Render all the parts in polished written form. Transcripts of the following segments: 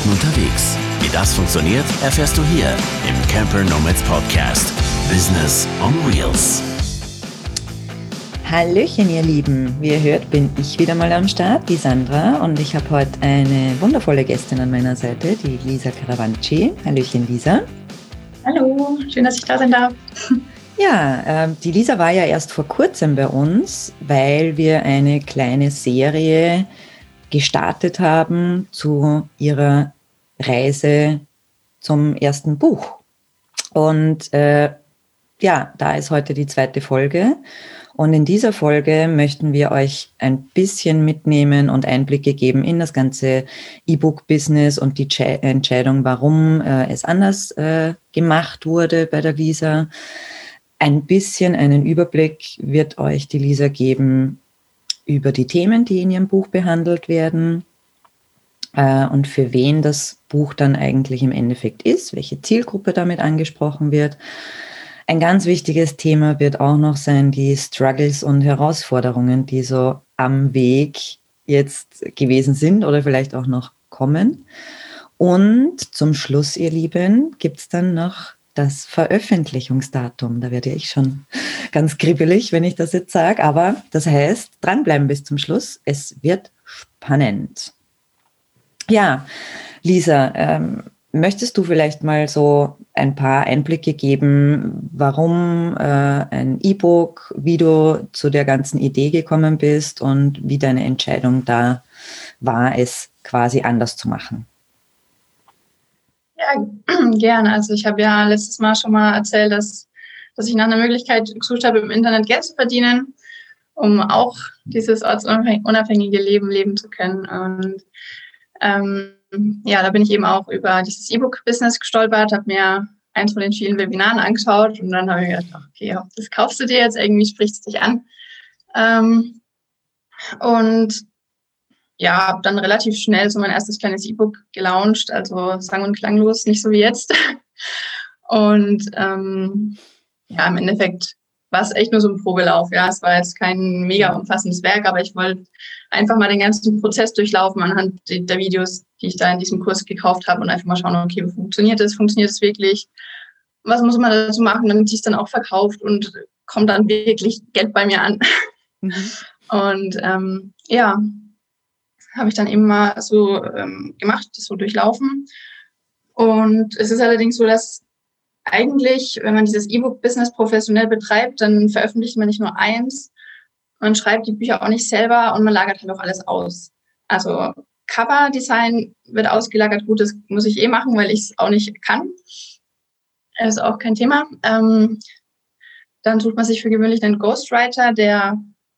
Leuten unterwegs. Wie das funktioniert, erfährst du hier im Camper Nomads Podcast. Business on Wheels. Hallöchen, ihr Lieben. Wie ihr hört, bin ich wieder mal am Start, die Sandra. Und ich habe heute eine wundervolle Gästin an meiner Seite, die Lisa Caravanci. Hallöchen, Lisa. Hallo, schön, dass ich da sein darf. Ja, die Lisa war ja erst vor kurzem bei uns, weil wir eine kleine Serie gestartet haben zu ihrer Reise zum ersten Buch. Und da ist heute die zweite Folge. Und in dieser Folge möchten wir euch ein bisschen mitnehmen und Einblicke geben in das ganze E-Book-Business und die Entscheidung, warum es anders gemacht wurde bei der Lisa. Ein bisschen einen Überblick wird euch die Lisa geben über die Themen, die in ihrem Buch behandelt werden und für wen das Buch dann eigentlich im Endeffekt ist, welche Zielgruppe damit angesprochen wird. Ein ganz wichtiges Thema wird auch noch sein, die Struggles und Herausforderungen, die so am Weg jetzt gewesen sind oder vielleicht auch noch kommen. Und zum Schluss, ihr Lieben, gibt es dann noch das Veröffentlichungsdatum. Da werde ich schon ganz kribbelig, wenn ich das jetzt sage. Aber das heißt, dranbleiben bis zum Schluss. Es wird spannend. Ja, Lisa, möchtest du vielleicht mal so ein paar Einblicke geben, warum ein E-Book, wie du zu der ganzen Idee gekommen bist und wie deine Entscheidung da war, es quasi anders zu machen? Ja, gerne. Also ich habe ja letztes Mal schon mal erzählt, dass ich nach einer Möglichkeit gesucht habe, im Internet Geld zu verdienen, um auch dieses ortsunabhängige Leben leben zu können. Und da bin ich eben auch über dieses E-Book-Business gestolpert, habe mir eins von den vielen Webinaren angeschaut und dann habe ich gedacht, okay, das kaufst du dir jetzt, irgendwie spricht es dich an. Habe dann relativ schnell so mein erstes kleines E-Book gelauncht, also sang- und klanglos, nicht so wie jetzt. Und im Endeffekt war es echt nur so ein Probelauf. Ja, es war jetzt kein mega umfassendes Werk, aber ich wollte einfach mal den ganzen Prozess durchlaufen anhand der Videos, die ich da in diesem Kurs gekauft habe und einfach mal schauen, okay, funktioniert das wirklich? Was muss man dazu machen, damit sich es dann auch verkauft und kommt dann wirklich Geld bei mir an? Und habe ich dann eben mal so gemacht, das so durchlaufen. Und es ist allerdings so, dass eigentlich, wenn man dieses E-Book-Business professionell betreibt, dann veröffentlicht man nicht nur eins, man schreibt die Bücher auch nicht selber und man lagert halt auch alles aus. Also Cover-Design wird ausgelagert, gut, das muss ich machen, weil ich es auch nicht kann. Das ist auch kein Thema. Dann sucht man sich für gewöhnlich einen Ghostwriter, der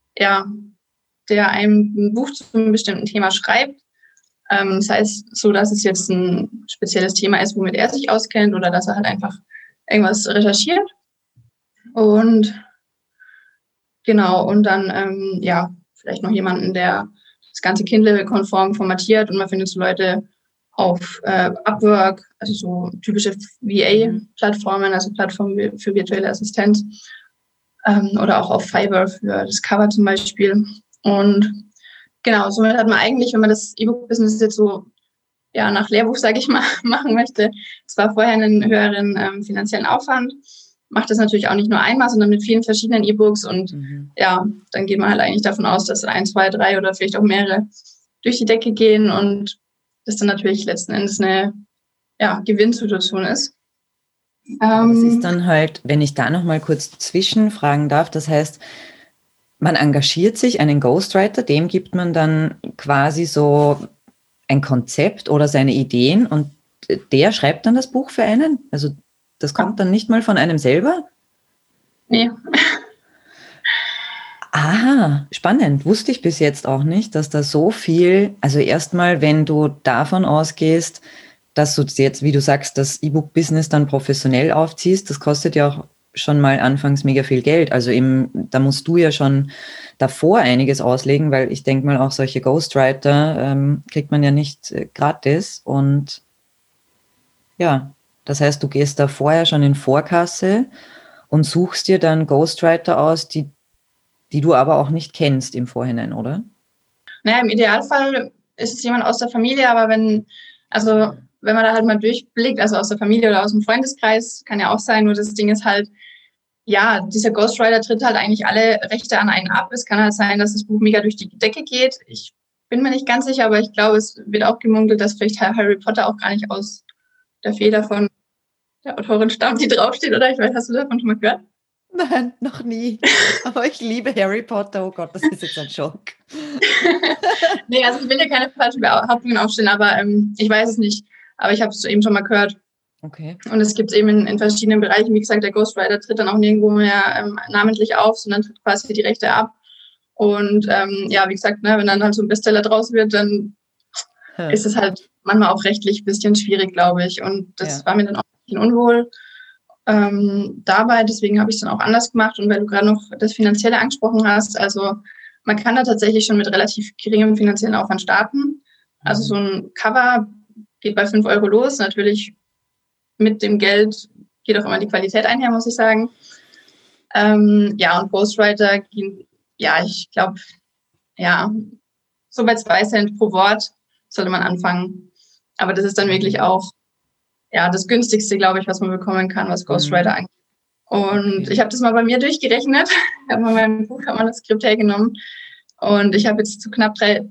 einem ein Buch zu einem bestimmten Thema schreibt. Das heißt, so dass es jetzt ein spezielles Thema ist, womit er sich auskennt oder dass er halt einfach irgendwas recherchiert. Und genau, und dann vielleicht noch jemanden, der das ganze Kindle-konform formatiert und man findet so Leute auf Upwork, also so typische VA-Plattformen, also Plattformen für virtuelle Assistenz oder auch auf Fiverr für das Cover zum Beispiel. Und genau, somit hat man eigentlich, wenn man das E-Book-Business jetzt so nach Lehrbuch, sage ich mal, machen möchte, zwar vorher einen höheren finanziellen Aufwand, macht das natürlich auch nicht nur einmal, sondern mit vielen verschiedenen E-Books und dann geht man halt eigentlich davon aus, dass 1, 2, 3 oder vielleicht auch mehrere durch die Decke gehen und das dann natürlich letzten Endes eine Gewinnsituation ist. Das ist dann halt, wenn ich da noch mal kurz zwischenfragen darf, das heißt, man engagiert sich einen Ghostwriter, dem gibt man dann quasi so ein Konzept oder seine Ideen und der schreibt dann das Buch für einen? Also das kommt dann nicht mal von einem selber? Nee. Aha, spannend. Wusste ich bis jetzt auch nicht, dass da so viel, also erstmal, wenn du davon ausgehst, dass du jetzt, wie du sagst, das E-Book-Business dann professionell aufziehst, das kostet ja auch schon mal anfangs mega viel Geld. Also da musst du ja schon davor einiges auslegen, weil ich denke mal auch solche Ghostwriter kriegt man ja nicht gratis. Und ja, das heißt, du gehst da vorher schon in Vorkasse und suchst dir dann Ghostwriter aus, die du aber auch nicht kennst im Vorhinein, oder? Naja, im Idealfall ist es jemand aus der Familie, aber wenn Also wenn man da halt mal durchblickt, also aus der Familie oder aus dem Freundeskreis, kann ja auch sein, nur das Ding ist halt, ja, dieser Ghostwriter tritt halt eigentlich alle Rechte an einen ab. Es kann halt sein, dass das Buch mega durch die Decke geht. Ich bin mir nicht ganz sicher, aber ich glaube, es wird auch gemunkelt, dass vielleicht Harry Potter auch gar nicht aus der Feder von der Autorin stammt, die draufsteht, oder? Ich weiß, hast du davon schon mal gehört? Nein, noch nie. Aber ich liebe Harry Potter. Oh Gott, das ist jetzt ein Schock. Nee, also ich will ja keine falschen Behauptungen aufstellen, aber ich weiß es nicht. Aber ich habe es eben schon mal gehört. Okay. Und es gibt es eben in verschiedenen Bereichen. Wie gesagt, der Ghostwriter tritt dann auch nirgendwo mehr namentlich auf, sondern tritt quasi die Rechte ab. Und ja, wie gesagt, ne, wenn dann halt so ein Bestseller draus wird, dann ist es halt manchmal auch rechtlich ein bisschen schwierig, glaube ich. Und das war mir dann auch ein bisschen unwohl dabei. Deswegen habe ich es dann auch anders gemacht. Und weil du gerade noch das Finanzielle angesprochen hast, also man kann da tatsächlich schon mit relativ geringem finanziellen Aufwand starten. Also so ein Cover geht bei 5 Euro los. Natürlich mit dem Geld geht auch immer die Qualität einher, muss ich sagen. Ja, und Ghostwriter gehen, ja, ich glaube, ja, so bei 2 Cent pro Wort sollte man anfangen. Aber das ist dann wirklich auch, ja, das günstigste, glaube ich, was man bekommen kann, was Ghostwriter angeht. Und ich habe das mal bei mir durchgerechnet. Ich habe mal mein Buch, habe mal das Skript hergenommen. Und ich habe jetzt zu knapp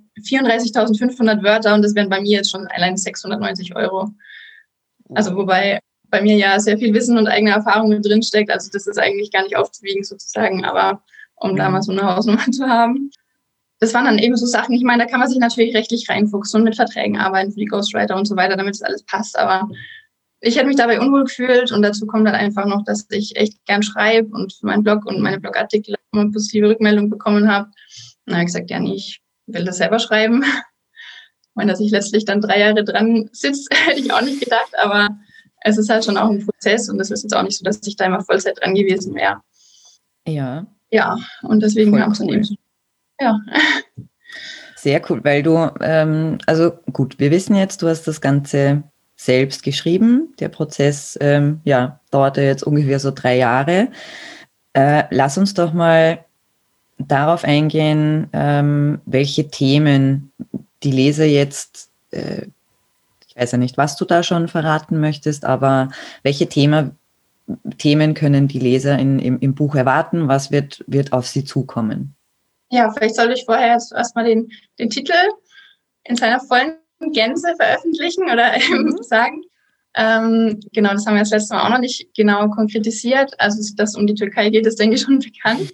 34.500 Wörter und das wären bei mir jetzt schon allein 690 Euro. Also wobei bei mir ja sehr viel Wissen und eigene Erfahrung mit drin steckt. Also das ist eigentlich gar nicht aufzuwiegen sozusagen, aber um da mal so eine Hausnummer zu haben. Das waren dann eben so Sachen, ich meine, da kann man sich natürlich rechtlich reinfuchsen und mit Verträgen arbeiten für die Ghostwriter und so weiter, damit das alles passt. Aber ich hätte mich dabei unwohl gefühlt und dazu kommt dann einfach noch, dass ich echt gern schreibe und für meinen Blog und meine Blogartikel immer positive Rückmeldungen bekommen habe. Und dann habe ich gesagt, ja, nee, ich will das selber schreiben. Ich meine, dass ich letztlich dann 3 Jahre dran sitze, hätte ich auch nicht gedacht, aber es ist halt schon auch ein Prozess und es ist jetzt auch nicht so, dass ich da immer Vollzeit dran gewesen wäre. Ja. Ja, und deswegen haben wir es dann eben so. Ja. Sehr cool, weil du, also gut, wir wissen jetzt, du hast das Ganze selbst geschrieben. Der Prozess, dauerte jetzt ungefähr so 3 Jahre. Lass uns doch mal darauf eingehen, welche Themen die Leser jetzt, ich weiß ja nicht, was du da schon verraten möchtest, aber welche Themen können die Leser im Buch erwarten? Was wird auf sie zukommen? Ja, vielleicht soll ich vorher jetzt erstmal den Titel in seiner vollen Gänze veröffentlichen oder sagen. Genau, das haben wir das letzte Mal auch noch nicht genau konkretisiert. Also, dass es um die Türkei geht, ist, denke ich, schon bekannt.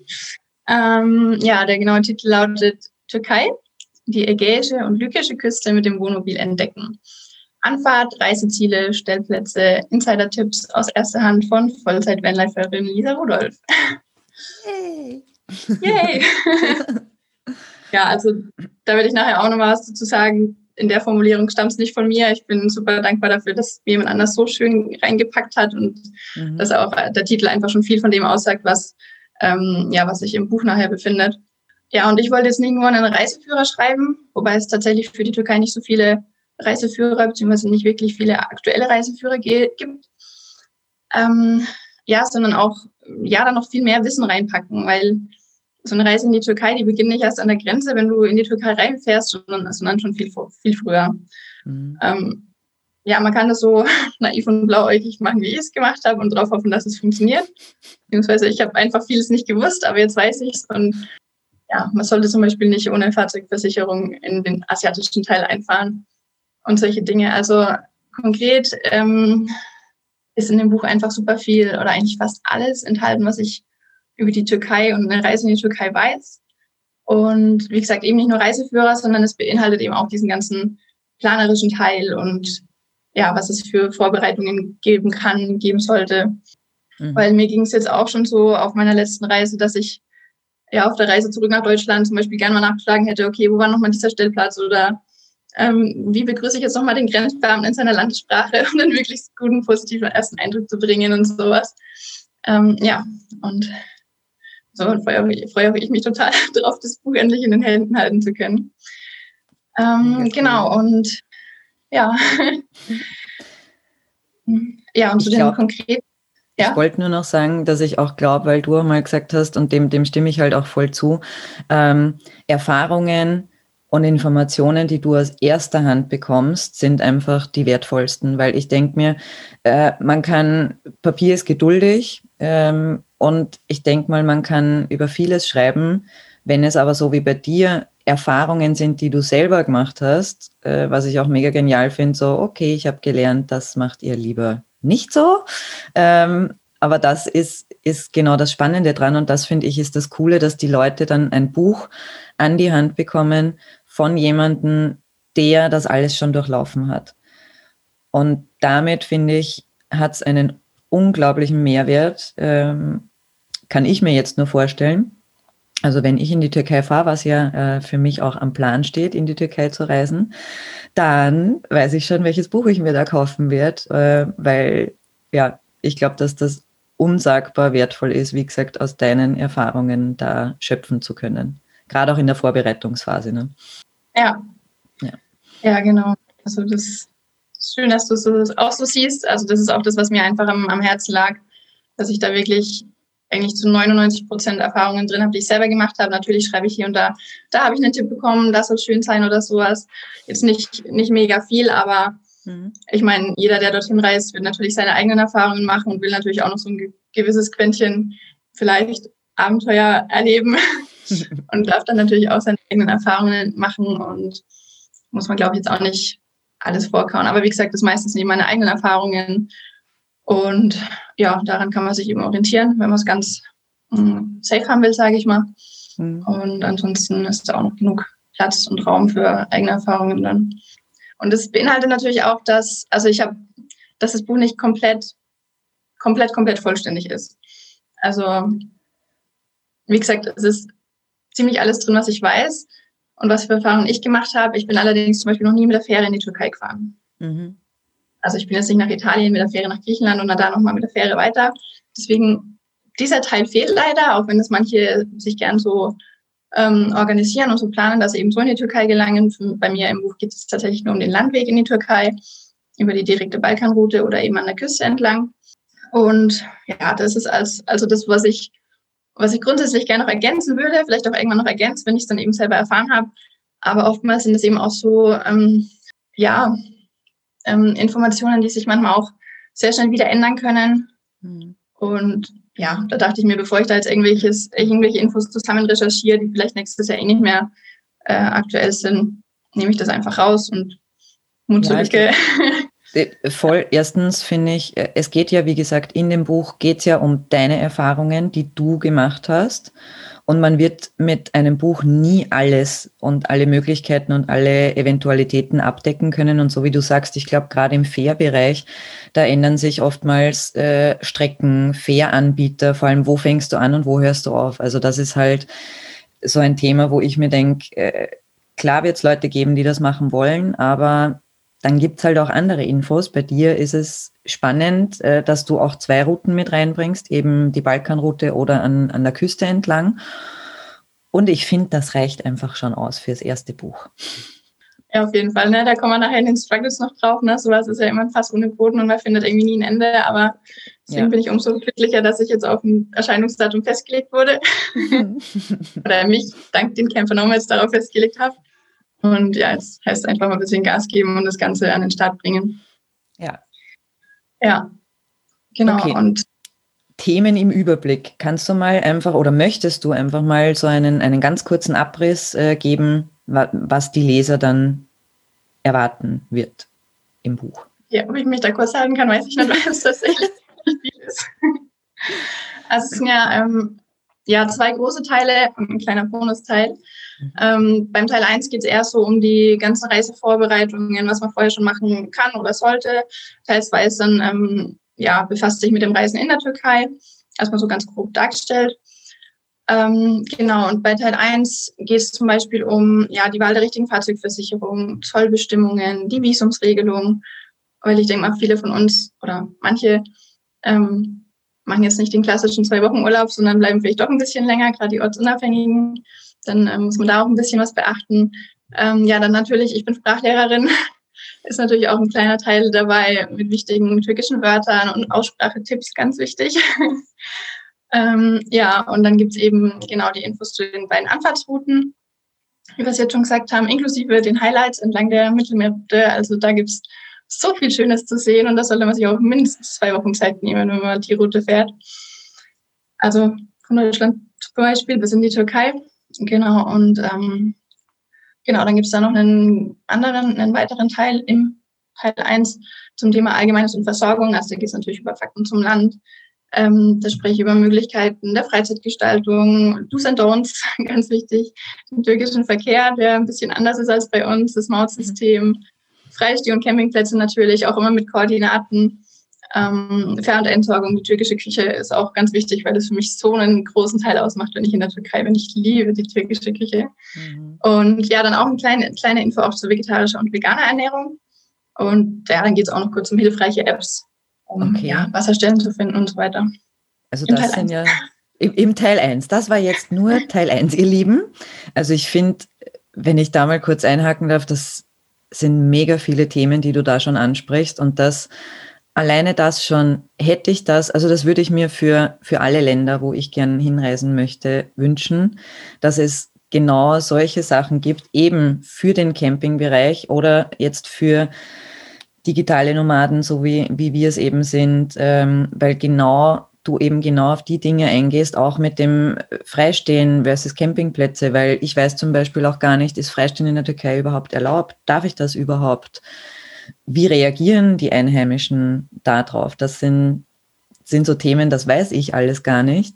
Ja, der genaue Titel lautet Türkei, die ägäische und lykische Küste mit dem Wohnmobil entdecken. Anfahrt, Reiseziele, Stellplätze, Insider-Tipps aus erster Hand von Vollzeit-Vanliferin Lisa Rudolph. Yay! Yay! Ja, also da werde ich nachher auch noch mal was dazu sagen. In der Formulierung stammt es nicht von mir. Ich bin super dankbar dafür, dass jemand anders so schön reingepackt hat und dass auch der Titel einfach schon viel von dem aussagt, was sich im Buch nachher befindet. Ja, und ich wollte jetzt nicht nur einen Reiseführer schreiben, wobei es tatsächlich für die Türkei nicht so viele Reiseführer beziehungsweise nicht wirklich viele aktuelle Reiseführer gibt. Sondern auch dann noch viel mehr Wissen reinpacken, weil so eine Reise in die Türkei, die beginnt nicht erst an der Grenze, wenn du in die Türkei reinfährst, sondern schon viel früher. Man kann das so naiv und blauäugig machen, wie ich es gemacht habe und darauf hoffen, dass es funktioniert. Beziehungsweise ich habe einfach vieles nicht gewusst, aber jetzt weiß ich es. Und ja, man sollte zum Beispiel nicht ohne Fahrzeugversicherung in den asiatischen Teil einfahren und solche Dinge. Also konkret ist in dem Buch einfach super viel oder eigentlich fast alles enthalten, was ich über die Türkei und eine Reise in die Türkei weiß. Und wie gesagt, eben nicht nur Reiseführer, sondern es beinhaltet eben auch diesen ganzen planerischen Teil und ja, was es für Vorbereitungen geben sollte. Weil mir ging es jetzt auch schon so auf meiner letzten Reise, dass ich auf der Reise zurück nach Deutschland zum Beispiel gerne mal nachgeschlagen hätte, okay, wo war nochmal dieser Stellplatz oder wie begrüße ich jetzt nochmal den Grenzbeamten in seiner Landessprache, um einen möglichst guten, positiven ersten Eindruck zu bringen und sowas. Und so freue ich mich total darauf, das Buch endlich in den Händen halten zu können. Genau, und ja. Ja, und zu den konkreten. Ja. Ich wollte nur noch sagen, dass ich auch glaube, weil du mal gesagt hast, und dem stimme ich halt auch voll zu, Erfahrungen Und Informationen, die du aus erster Hand bekommst, sind einfach die wertvollsten, weil ich denke mir, Papier ist geduldig, und ich denke mal, man kann über vieles schreiben, wenn es aber so wie bei dir Erfahrungen sind, die du selber gemacht hast, was ich auch mega genial finde, so, okay, ich habe gelernt, das macht ihr lieber nicht so. Aber das ist genau das Spannende dran, und das finde ich ist das Coole, dass die Leute dann ein Buch an die Hand bekommen von jemandem, der das alles schon durchlaufen hat. Und damit, finde ich, hat es einen unglaublichen Mehrwert, kann ich mir jetzt nur vorstellen. Also wenn ich in die Türkei fahre, was ja für mich auch am Plan steht, in die Türkei zu reisen, dann weiß ich schon, welches Buch ich mir da kaufen werde, weil ja, ich glaube, dass das unsagbar wertvoll ist, wie gesagt, aus deinen Erfahrungen da schöpfen zu können. Gerade auch in der Vorbereitungsphase. Ne? Ja, genau. Also das ist schön, dass du es auch so siehst. Also das ist auch das, was mir einfach am Herzen lag, dass ich da wirklich eigentlich zu 99% Erfahrungen drin habe, die ich selber gemacht habe. Natürlich schreibe ich hier und da habe ich einen Tipp bekommen, das soll schön sein oder sowas. Jetzt nicht mega viel, aber ich meine, jeder, der dorthin reist, wird natürlich seine eigenen Erfahrungen machen und will natürlich auch noch so ein gewisses Quäntchen vielleicht Abenteuer erleben und darf dann natürlich auch seine eigenen Erfahrungen machen, und muss man, glaube ich, jetzt auch nicht alles vorkauen. Aber wie gesagt, das meiste sind eben meine eigenen Erfahrungen. Und ja, daran kann man sich eben orientieren, wenn man es ganz safe haben will, sage ich mal. Und ansonsten ist da auch noch genug Platz und Raum für eigene Erfahrungen dann. Und das beinhaltet natürlich auch, dass das Buch nicht komplett vollständig ist. Also, wie gesagt, es ist ziemlich alles drin, was ich weiß und was für Erfahrungen ich gemacht habe. Ich bin allerdings zum Beispiel noch nie mit der Fähre in die Türkei gefahren. Also ich bin jetzt nicht nach Italien mit der Fähre nach Griechenland und dann da nochmal mit der Fähre weiter. Deswegen, dieser Teil fehlt leider, auch wenn es manche sich gern so organisieren und so planen, dass sie eben so in die Türkei gelangen. Bei mir im Buch geht es tatsächlich nur um den Landweg in die Türkei, über die direkte Balkanroute oder eben an der Küste entlang. Und ja, das ist also das, was ich grundsätzlich gerne noch ergänzen würde, vielleicht auch irgendwann noch ergänzt, wenn ich es dann eben selber erfahren habe. Aber oftmals sind es eben auch so, Informationen, die sich manchmal auch sehr schnell wieder ändern können. Und ja, da dachte ich mir, bevor ich da jetzt irgendwelche Infos zusammen recherchiere, die vielleicht nächstes Jahr nicht mehr aktuell sind, nehme ich das einfach raus und Mut zur Lücke. Voll. Erstens finde ich, es geht ja, wie gesagt, in dem Buch geht es ja um deine Erfahrungen, die du gemacht hast. Und man wird mit einem Buch nie alles und alle Möglichkeiten und alle Eventualitäten abdecken können. Und so wie du sagst, ich glaube, gerade im Fährbereich, da ändern sich oftmals Strecken, Fähranbieter, vor allem, wo fängst du an und wo hörst du auf? Also das ist halt so ein Thema, wo ich mir denke, klar wird es Leute geben, die das machen wollen, aber dann gibt es halt auch andere Infos. Bei dir ist es spannend, dass du auch 2 Routen mit reinbringst, eben die Balkanroute oder an der Küste entlang. Und ich finde, das reicht einfach schon aus fürs erste Buch. Ja, auf jeden Fall. Ne? Da kommen wir nachher in den Struggles noch drauf. Ne? Sowas ist ja immer fast ohne Boden und man findet irgendwie nie ein Ende. Aber deswegen bin ich umso glücklicher, dass ich jetzt auf ein Erscheinungsdatum festgelegt wurde. Oder mich dank den Camper Nomads darauf festgelegt habe. Und ja, jetzt heißt es einfach mal ein bisschen Gas geben und das Ganze an den Start bringen. Ja, genau. Okay. Und Themen im Überblick. Kannst du mal einfach oder möchtest du einfach mal so einen ganz kurzen Abriss geben, was die Leser dann erwarten wird im Buch? Ja, ob ich mich da kurz halten kann, weiß ich nicht, weil es tatsächlich viel ist. Also es sind ja 2 große Teile und ein kleiner Bonusteil. Beim Teil 1 geht es eher so um die ganzen Reisevorbereitungen, was man vorher schon machen kann oder sollte. Teil 2 ist dann, befasst sich mit dem Reisen in der Türkei, erstmal so ganz grob dargestellt. Genau, und bei Teil 1 geht es zum Beispiel um die Wahl der richtigen Fahrzeugversicherung, Zollbestimmungen, die Visumsregelung, weil ich denke mal, viele von uns oder manche machen jetzt nicht den klassischen 2 Wochen Urlaub, sondern bleiben vielleicht doch ein bisschen länger, gerade die Ortsunabhängigen. Dann muss man da auch ein bisschen was beachten. Dann natürlich, ich bin Sprachlehrerin, ist natürlich auch ein kleiner Teil dabei mit wichtigen türkischen Wörtern und Aussprachetipps, ganz wichtig. Und dann gibt es eben genau die Infos zu den beiden Anfahrtsrouten. wie wir es jetzt schon gesagt haben, inklusive den Highlights entlang der Mittelmeerroute. Also da gibt es so viel Schönes zu sehen und da sollte man sich auch mindestens 2 Wochen Zeit nehmen, wenn man die Route fährt. Also von Deutschland zum Beispiel bis in die Türkei. Genau, und genau, dann gibt es da noch einen weiteren Teil im Teil 1 zum Thema Allgemeines und Versorgung. Also da geht es natürlich über Fakten zum Land. Da spreche ich über Möglichkeiten der Freizeitgestaltung, Do's and Don'ts, ganz wichtig, den türkischen Verkehr, der ein bisschen anders ist als bei uns, das Mautsystem, Freisteh- und Campingplätze natürlich, auch immer mit Koordinaten, Fern- und Entsorgung, die türkische Küche ist auch ganz wichtig, weil das für mich so einen großen Teil ausmacht, wenn ich in der Türkei bin. Ich liebe die türkische Küche. Und ja, dann auch eine kleine Info auch zur vegetarischen und veganer Ernährung. Und ja, dann geht es auch noch kurz um hilfreiche Apps, um Wasserstellen zu finden und so weiter. Also das sind ja im Teil 1. Das war jetzt nur Teil 1, ihr Lieben. Also ich finde, wenn ich da mal kurz einhaken darf, das sind mega viele Themen, die du da schon ansprichst. Und das, alleine das schon, hätte ich das, also das würde ich mir für alle Länder, wo ich gern hinreisen möchte, wünschen, dass es genau solche Sachen gibt, eben für den Campingbereich oder jetzt für digitale Nomaden, so wie wir es eben sind, weil du eben genau auf die Dinge eingehst, auch mit dem Freistehen versus Campingplätze, weil ich weiß zum Beispiel auch gar nicht, ist Freistehen in der Türkei überhaupt erlaubt? Darf ich das überhaupt? Wie reagieren die Einheimischen darauf? Das sind so Themen, das weiß ich alles gar nicht.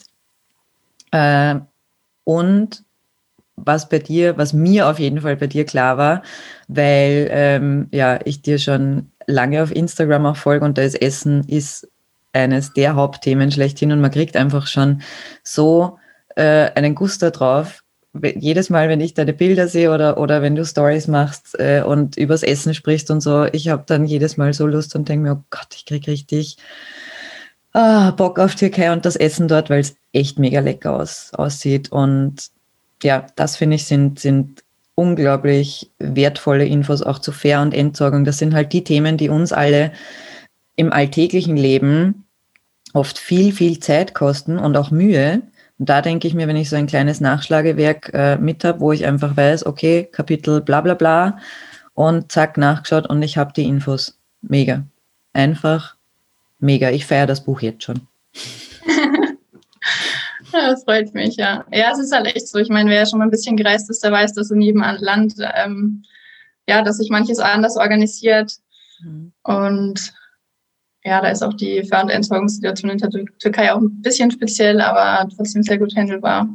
Und was mir auf jeden Fall bei dir klar war, weil ich dir schon lange auf Instagram auch folge und da ist Essen ist eines der Hauptthemen schlechthin und man kriegt einfach schon so einen Gusto drauf. Jedes Mal, wenn ich deine Bilder sehe oder wenn du Stories machst und übers Essen sprichst und so, ich habe dann jedes Mal so Lust und denke mir, oh Gott, ich kriege richtig Bock auf Türkei und das Essen dort, weil es echt mega lecker aussieht. Und ja, das finde ich sind unglaublich wertvolle Infos auch zu Fähr- und Entsorgung. Das sind halt die Themen, die uns alle im alltäglichen Leben oft viel, viel Zeit kosten und auch Mühe. Und da denke ich mir, wenn ich so ein kleines Nachschlagewerk mit habe, wo ich einfach weiß, okay, Kapitel bla bla bla und zack, nachgeschaut und ich habe die Infos. Mega. Einfach mega. Ich feiere das Buch jetzt schon. Ja, das freut mich, ja. Ja, es ist halt echt so. Ich meine, wer schon mal ein bisschen gereist ist, der weiß, dass in jedem Land, dass sich manches anders organisiert. Und ja, da ist auch die Fern- und Entsorgungssituation in der Türkei auch ein bisschen speziell, aber trotzdem sehr gut handelbar.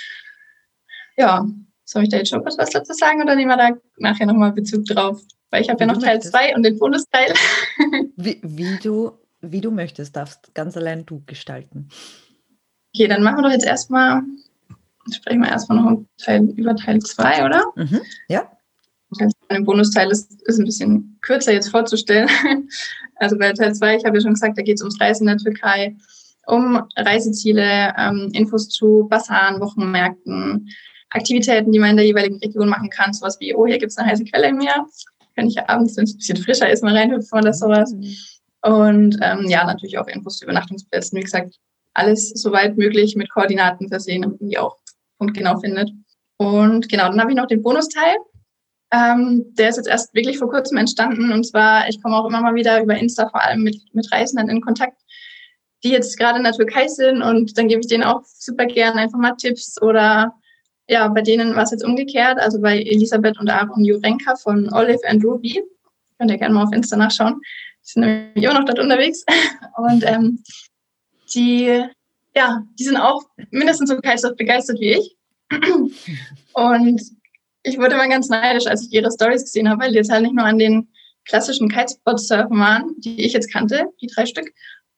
Ja, soll ich da jetzt schon kurz was dazu sagen oder nehmen wir da nachher nochmal Bezug drauf? Weil ich habe ja noch Teil 2 und den Bonusteil. Wie du möchtest, darfst ganz allein du gestalten. Okay, dann machen wir doch jetzt erstmal, sprechen wir erstmal noch über Teil 2, oder? Ja. Ein Bonusteil ist ein bisschen kürzer jetzt vorzustellen. Also bei Teil 2, ich habe ja schon gesagt, da geht es ums Reisen in der Türkei, um Reiseziele, Infos zu Basaren, Wochenmärkten, Aktivitäten, die man in der jeweiligen Region machen kann. Sowas wie, oh, hier gibt es eine heiße Quelle im Meer. Kann ich ja abends, wenn es ein bisschen frischer ist, mal reinhüpfen oder sowas. Und natürlich auch Infos zu Übernachtungsplätzen. Wie gesagt, alles soweit möglich mit Koordinaten versehen, damit man die auch punktgenau findet. Und genau, dann habe ich noch den Bonusteil. Der ist jetzt erst wirklich vor kurzem entstanden. Und zwar, ich komme auch immer mal wieder über Insta vor allem mit Reisenden in Kontakt, die jetzt gerade in der Türkei sind. Und dann gebe ich denen auch super gerne einfach mal Tipps. Oder ja, bei denen war es jetzt umgekehrt. Also bei Elisabeth und Aaron Jurenka von Olive and Ruby. Könnt ihr gerne mal auf Insta nachschauen. Die sind nämlich immer noch dort unterwegs. Und die sind auch mindestens so Kitesurf begeistert wie ich. Und ich wurde immer ganz neidisch, als ich ihre Stories gesehen habe, weil die jetzt halt nicht nur an den klassischen Kitespot-Surfen waren, die ich jetzt kannte, die 3 Stück,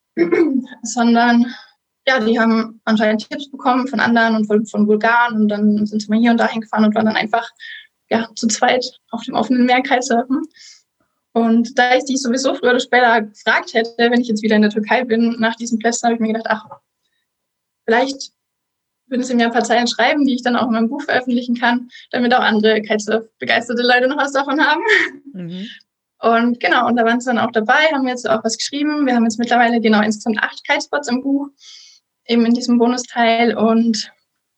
sondern ja, die haben anscheinend Tipps bekommen von anderen und von Bulgaren und dann sind sie mal hier und da hingefahren und waren dann einfach zu zweit auf dem offenen Meer Kitesurfen. Und da ich die sowieso früher oder später gefragt hätte, wenn ich jetzt wieder in der Türkei bin, nach diesen Plätzen, habe ich mir gedacht, vielleicht würden sie mir ein paar Zeilen schreiben, die ich dann auch in meinem Buch veröffentlichen kann, damit auch andere Kitesurf-begeisterte Leute noch was davon haben. Und genau, und da waren sie dann auch dabei, haben jetzt auch was geschrieben. Wir haben jetzt mittlerweile insgesamt 8 Kitespots im Buch, eben in diesem Bonusteil. Und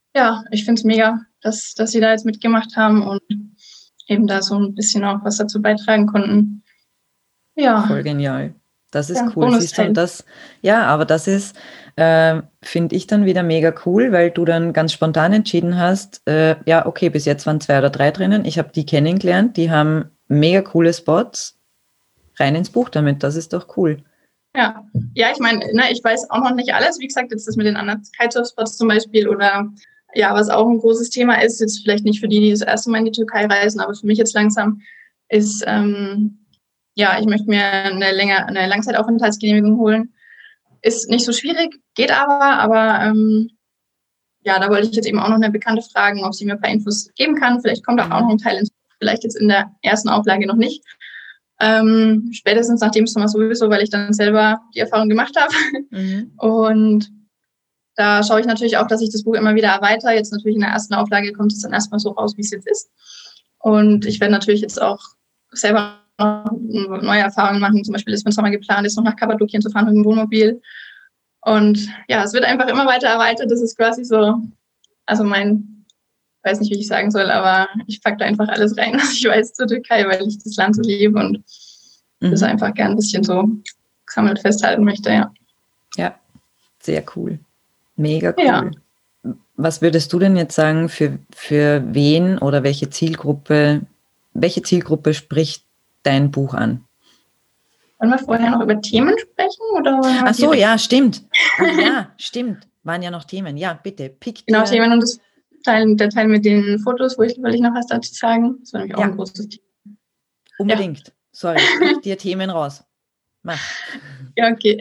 ja, ich finde es mega, dass sie da jetzt mitgemacht haben und eben da so ein bisschen auch was dazu beitragen konnten. Ja, Voll genial. Das ist ja, cool, siehst du, und Bonusteil. das, ja, aber das ist, finde ich dann wieder mega cool, weil du dann ganz spontan entschieden hast, ja, okay, bis jetzt waren 2 oder 3 drinnen, ich habe die kennengelernt, die haben mega coole Spots, rein ins Buch damit, das ist doch cool. Ja, ich meine, ne, ich weiß auch noch nicht alles. Wie gesagt, jetzt das mit den anderen Kitesurf-Spots zum Beispiel oder ja, was auch ein großes Thema ist, jetzt vielleicht nicht für die, die das erste Mal in die Türkei reisen, aber für mich jetzt langsam ist, ja, ich möchte mir eine Langzeitaufenthaltsgenehmigung holen. Ist nicht so schwierig, geht aber ja, da wollte ich jetzt eben auch noch eine Bekannte fragen, ob sie mir ein paar Infos geben kann. Vielleicht kommt da auch noch ein Teil ins Buch, vielleicht jetzt in der ersten Auflage noch nicht. Spätestens nach dem Sommer sowieso, weil ich dann selber die Erfahrung gemacht habe. Und da schaue ich natürlich auch, dass ich das Buch immer wieder erweitere. Jetzt natürlich in der ersten Auflage kommt es dann erstmal so raus, wie es jetzt ist. Und ich werde natürlich jetzt auch selber noch neue Erfahrungen machen. Zum Beispiel ist für den Sommer geplant, jetzt noch nach Kappadokien zu fahren mit dem Wohnmobil. Und ja, es wird einfach immer weiter erweitert. Das ist quasi so, also weiß nicht, wie ich sagen soll, aber ich packe da einfach alles rein, was ich weiß zur Türkei, weil ich das Land so liebe und das einfach gern ein bisschen so gesammelt festhalten möchte, ja. Ja, sehr cool. Mega cool. Ja. Was würdest du denn jetzt sagen, für wen oder welche Zielgruppe spricht dein Buch an? Wollen wir vorher noch über Themen sprechen? Oder ach so, ja, stimmt. Ja, stimmt. Waren ja noch Themen. Ja, bitte, pick genau, dir. Themen und der Teil mit den Fotos, will ich noch was dazu sagen. Das war nämlich auch ein großes Thema. Unbedingt. Ja. Sorry, pick dir Themen raus. Mach. Ja, okay.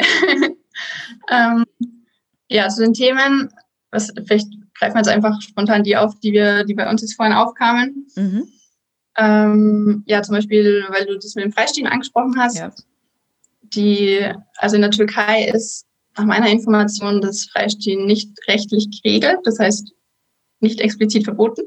Ja, zu den Themen, vielleicht greifen wir jetzt einfach spontan die auf, die bei uns jetzt vorhin aufkamen. Ja, zum Beispiel, weil du das mit dem Freistehen angesprochen hast. Ja. Also in der Türkei ist nach meiner Information das Freistehen nicht rechtlich geregelt, das heißt nicht explizit verboten.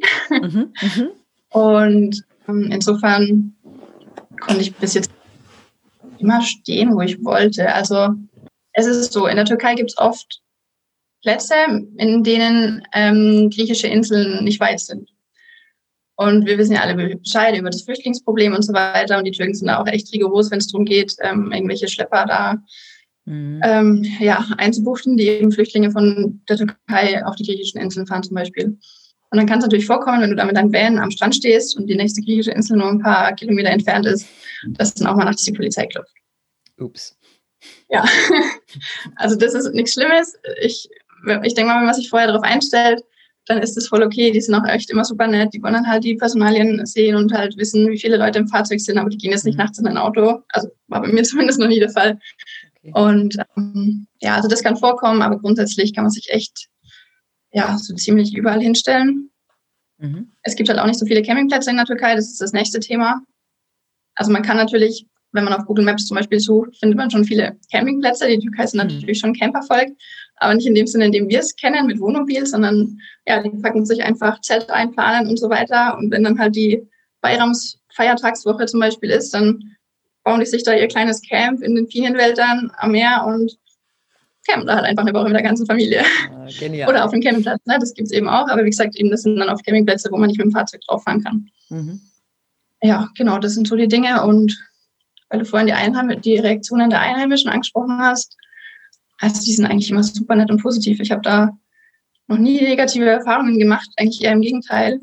Und insofern konnte ich bis jetzt immer stehen, wo ich wollte. Also es ist so, in der Türkei gibt es oft Plätze, in denen griechische Inseln nicht weit sind. Und wir wissen ja alle Bescheid über das Flüchtlingsproblem und so weiter. Und die Türken sind da auch echt rigoros, wenn es darum geht, irgendwelche Schlepper da einzubuchten, die eben Flüchtlinge von der Türkei auf die griechischen Inseln fahren zum Beispiel. Und dann kann es natürlich vorkommen, wenn du da mit deinem Van am Strand stehst und die nächste griechische Insel nur ein paar Kilometer entfernt ist, dass dann auch mal nachts die Polizei klopft. Ups. Ja, also das ist nichts Schlimmes. Ich denke mal, wenn man sich vorher darauf einstellt, dann ist das voll okay. Die sind auch echt immer super nett. Die wollen dann halt die Personalien sehen und halt wissen, wie viele Leute im Fahrzeug sind, aber die gehen jetzt nicht nachts in ein Auto. Also war bei mir zumindest noch nie der Fall. Okay. Und also das kann vorkommen, aber grundsätzlich kann man sich echt so ziemlich überall hinstellen. Es gibt halt auch nicht so viele Campingplätze in der Türkei, das ist das nächste Thema. Also man kann natürlich, wenn man auf Google Maps zum Beispiel sucht, findet man schon viele Campingplätze. Die Türkei ist natürlich schon Campervolk, aber nicht in dem Sinne, in dem wir es kennen, mit Wohnmobil, sondern die packen sich einfach Zelte einplanen und so weiter. Und wenn dann halt die Bayrams-Feiertagswoche zum Beispiel ist, dann bauen die sich da ihr kleines Camp in den Pinienwäldern am Meer und campen da halt einfach eine Woche mit der ganzen Familie. Genial. Oder auf dem Campingplatz, ne? Das gibt es eben auch. Aber wie gesagt, eben das sind dann auf Campingplätze, wo man nicht mit dem Fahrzeug drauf fahren kann. Ja, genau, das sind so die Dinge. Und weil du vorhin die Reaktionen der Einheimischen angesprochen hast, also die sind eigentlich immer super nett und positiv. Ich habe da noch nie negative Erfahrungen gemacht, eigentlich eher im Gegenteil.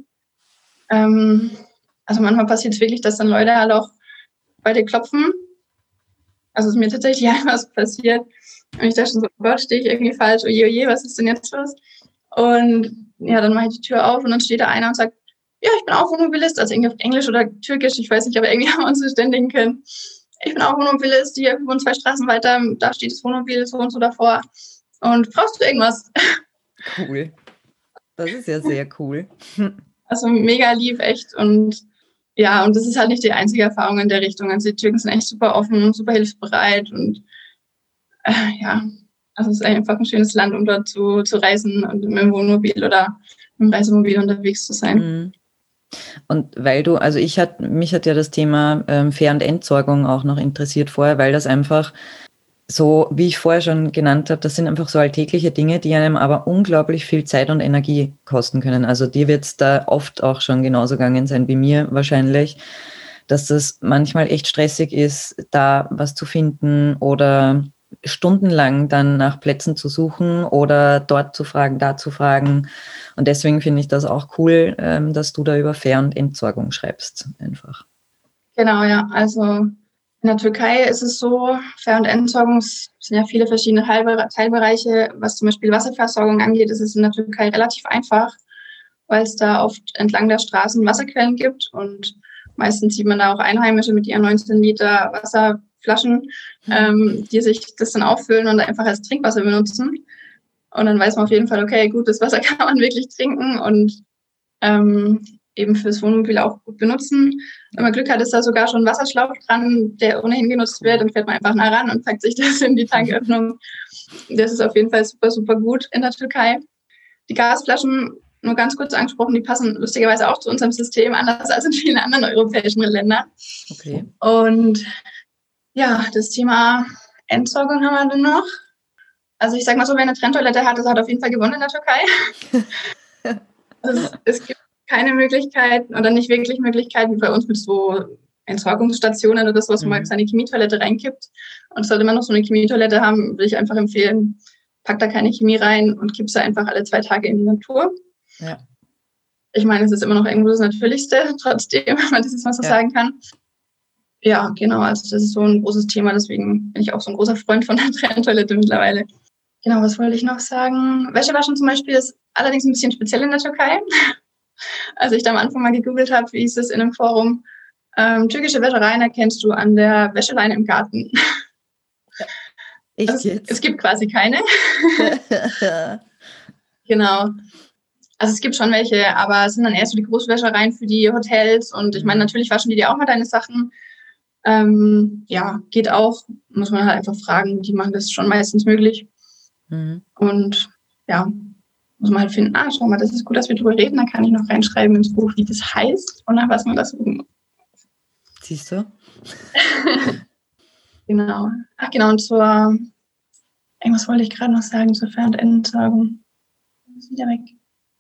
Also manchmal passiert es wirklich, dass dann Leute halt auch bei dir klopfen. Also es ist mir tatsächlich einmal so passiert. Und ich dachte schon so, oh Gott, stehe ich irgendwie falsch? Oje, was ist denn jetzt los? Und ja, dann mache ich die Tür auf und dann steht da einer und sagt, ja, ich bin auch Wohnmobilist, also irgendwie auf Englisch oder Türkisch, ich weiß nicht, aber irgendwie haben wir uns verständigen können. Ich bin auch Wohnmobilist, hier wohnen 2 Straßen weiter, da steht das Wohnmobil so und so davor. Und brauchst du irgendwas? Cool. Das ist ja sehr cool. Also mega lieb, echt. Und ja, und das ist halt nicht die einzige Erfahrung in der Richtung. Also die Türken sind echt super offen, super hilfsbereit und also es ist einfach ein schönes Land, um dort zu reisen und mit dem Wohnmobil oder mit dem Reisemobil unterwegs zu sein. Und weil mich hat ja das Thema Fähr- und Entsorgung auch noch interessiert vorher, weil das einfach so, wie ich vorher schon genannt habe, das sind einfach so alltägliche Dinge, die einem aber unglaublich viel Zeit und Energie kosten können. Also dir wird es da oft auch schon genauso gegangen sein wie mir wahrscheinlich, dass das manchmal echt stressig ist, da was zu finden oder stundenlang dann nach Plätzen zu suchen oder dort zu fragen, da zu fragen. Und deswegen finde ich das auch cool, dass du da über Fähr- und Entsorgung schreibst, einfach. Genau, ja. Also in der Türkei ist es so, Fähr- und Entsorgung sind ja viele verschiedene Teilbereiche. Was zum Beispiel Wasserversorgung angeht, ist es in der Türkei relativ einfach, weil es da oft entlang der Straßen Wasserquellen gibt und meistens sieht man da auch Einheimische mit ihren 19 Liter Wasserflaschen, die sich das dann auffüllen und einfach als Trinkwasser benutzen. Und dann weiß man auf jeden Fall, okay, gutes Wasser kann man wirklich trinken und eben fürs Wohnmobil auch gut benutzen. Wenn man Glück hat, ist da sogar schon ein Wasserschlauch dran, der ohnehin genutzt wird. Dann fährt man einfach nah ran und packt sich das in die Tanköffnung. Das ist auf jeden Fall super, super gut in der Türkei. Die Gasflaschen, nur ganz kurz angesprochen, die passen lustigerweise auch zu unserem System, anders als in vielen anderen europäischen Ländern. Okay. Und ja, das Thema Entsorgung haben wir dann noch. Also ich sag mal so, wer eine Trenntoilette hat, das hat auf jeden Fall gewonnen in der Türkei. Also es gibt keine Möglichkeit oder nicht wirklich Möglichkeit, wie bei uns mit so Entsorgungsstationen oder das, was man seine Chemietoilette reinkippt. Und sollte man noch so eine Chemietoilette haben, würde ich einfach empfehlen, pack da keine Chemie rein und kipp sie einfach alle 2 Tage in die Natur. Ja. Ich meine, es ist immer noch irgendwo das Natürlichste, trotzdem, wenn man das jetzt mal so sagen kann. Ja, genau, also das ist so ein großes Thema, deswegen bin ich auch so ein großer Freund von der Trenntoilette mittlerweile. Genau, was wollte ich noch sagen? Wäschewaschen zum Beispiel ist allerdings ein bisschen speziell in der Türkei. Als ich da am Anfang mal gegoogelt habe, wie hieß es in einem Forum, türkische Wäschereien erkennst du an der Wäscheleine im Garten. Echt also jetzt? Es gibt quasi keine. Genau. Also es gibt schon welche, aber es sind dann eher so die Großwäschereien für die Hotels. Und ich meine, natürlich waschen die dir auch mal deine Sachen. Ja, geht auch. Muss man halt einfach fragen. Die machen das schon meistens möglich. Und ja, muss man halt finden, schau mal, das ist gut, dass wir drüber reden, dann kann ich noch reinschreiben ins Buch, wie das heißt und nach was man das suchen muss. Siehst du? Genau. Ach genau, und irgendwas wollte ich gerade noch sagen zur Fähr- und Entsorgung. Ist wieder weg.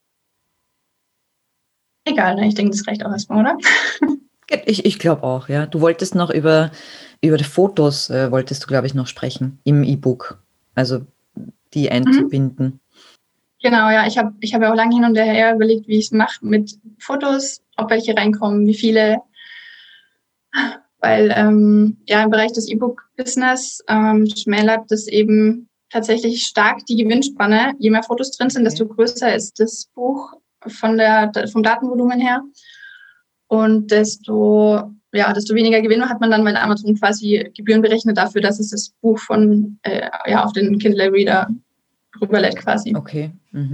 Egal, ne? Ich denke, das reicht auch erstmal, oder? Ich glaube auch, ja. Du wolltest noch über die Fotos, wolltest du, glaube ich, noch sprechen im E-Book, also die einzubinden. Genau, ja. Ich hab ja auch lange hin und her überlegt, wie ich es mache mit Fotos, ob welche reinkommen, wie viele. Weil ja, im Bereich des E-Book-Business schmälert das eben tatsächlich stark die Gewinnspanne. Je mehr Fotos drin sind, desto größer ist das Buch vom Datenvolumen her. Und desto weniger Gewinn hat man dann, weil Amazon quasi Gebühren berechnet dafür, dass es das Buch auf den Kindle Reader rüberlädt quasi. Okay.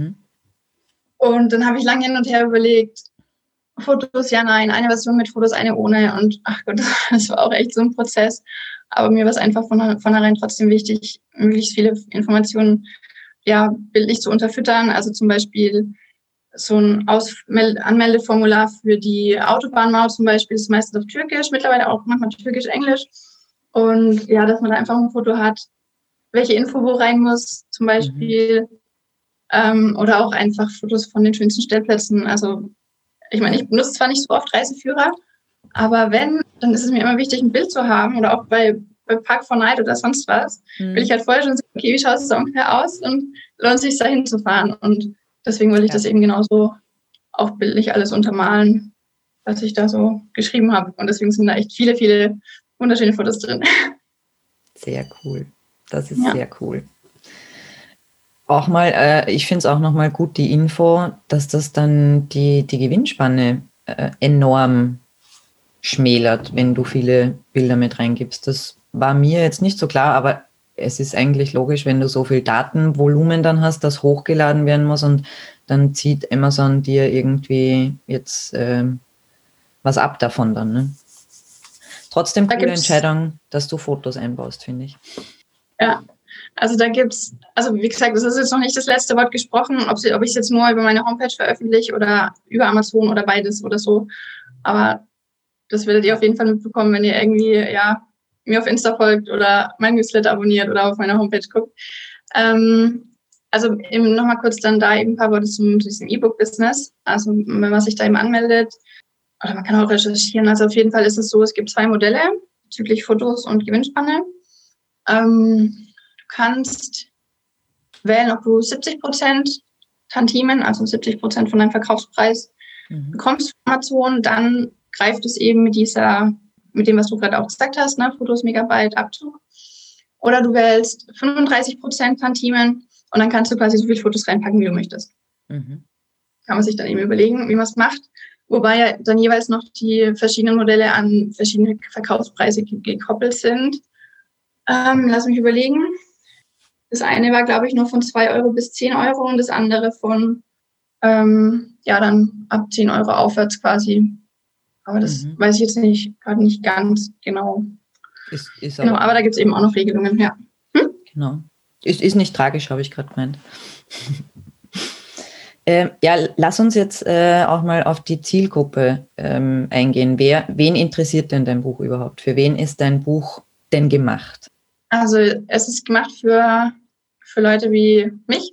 Und dann habe ich lange hin und her überlegt, Fotos, ja, nein, eine Version mit Fotos, eine ohne. Und ach Gott, das war auch echt so ein Prozess. Aber mir war es einfach von vornherein trotzdem wichtig, möglichst viele Informationen bildlich zu unterfüttern. Also zum Beispiel so ein Anmeldeformular für die Autobahnmaut zum Beispiel, ist meistens auf Türkisch, mittlerweile auch manchmal Türkisch, Englisch. Und ja, dass man da einfach ein Foto hat, welche Info wo rein muss, zum Beispiel. Oder auch einfach Fotos von den schönsten Stellplätzen. Also ich meine, ich benutze zwar nicht so oft Reiseführer, aber wenn, dann ist es mir immer wichtig, ein Bild zu haben oder auch bei Park4Night oder sonst was, will ich halt vorher schon sehen, okay, wie schaut es da ungefähr aus und lohnt es sich da hinzufahren. Und deswegen wollte ich das eben genauso auch bildlich alles untermalen, was ich da so geschrieben habe. Und deswegen sind da echt viele, viele wunderschöne Fotos drin. Sehr cool. Das ist sehr cool. Auch mal, ich finde es auch nochmal gut, die Info, dass das dann die Gewinnspanne enorm schmälert, wenn du viele Bilder mit reingibst. Das war mir jetzt nicht so klar, aber es ist eigentlich logisch, wenn du so viel Datenvolumen dann hast, das hochgeladen werden muss und dann zieht Amazon dir irgendwie jetzt was ab davon dann. Ne? Trotzdem coole Entscheidung, dass du Fotos einbaust, finde ich. Ja. Also da gibt's, wie gesagt, das ist jetzt noch nicht das letzte Wort gesprochen, ob ich es jetzt nur über meine Homepage veröffentliche oder über Amazon oder beides oder so. Aber das werdet ihr auf jeden Fall mitbekommen, wenn ihr irgendwie, mir auf Insta folgt oder mein Newsletter abonniert oder auf meiner Homepage guckt. Also eben nochmal kurz dann da eben ein paar Worte zu diesem E-Book-Business. Also wenn man sich da eben anmeldet, oder man kann auch recherchieren. Also auf jeden Fall ist es so, es gibt 2 Modelle bezüglich Fotos und Gewinnspanne. Du kannst wählen, ob du 70% Tantiemen, also 70% von deinem Verkaufspreis bekommst von Amazon. Dann greift es eben mit dem, was du gerade auch gesagt hast, ne, Fotos, Megabyte, Abzug. Oder du wählst 35% Tantiemen und dann kannst du quasi so viele Fotos reinpacken, wie du möchtest. Kann man sich dann eben überlegen, wie man es macht. Wobei ja dann jeweils noch die verschiedenen Modelle an verschiedene Verkaufspreise gekoppelt sind. Lass mich überlegen. Das eine war, glaube ich, nur von 2 Euro bis 10 Euro und das andere von, dann ab 10 Euro aufwärts quasi. Aber das weiß ich jetzt gerade nicht ganz genau. Ist genau, aber da gibt es eben auch noch Regelungen, ja. Genau. Ist nicht tragisch, habe ich gerade gemeint. Lass uns jetzt auch mal auf die Zielgruppe eingehen. Wen interessiert denn dein Buch überhaupt? Für wen ist dein Buch denn gemacht? Also es ist gemacht für Leute wie mich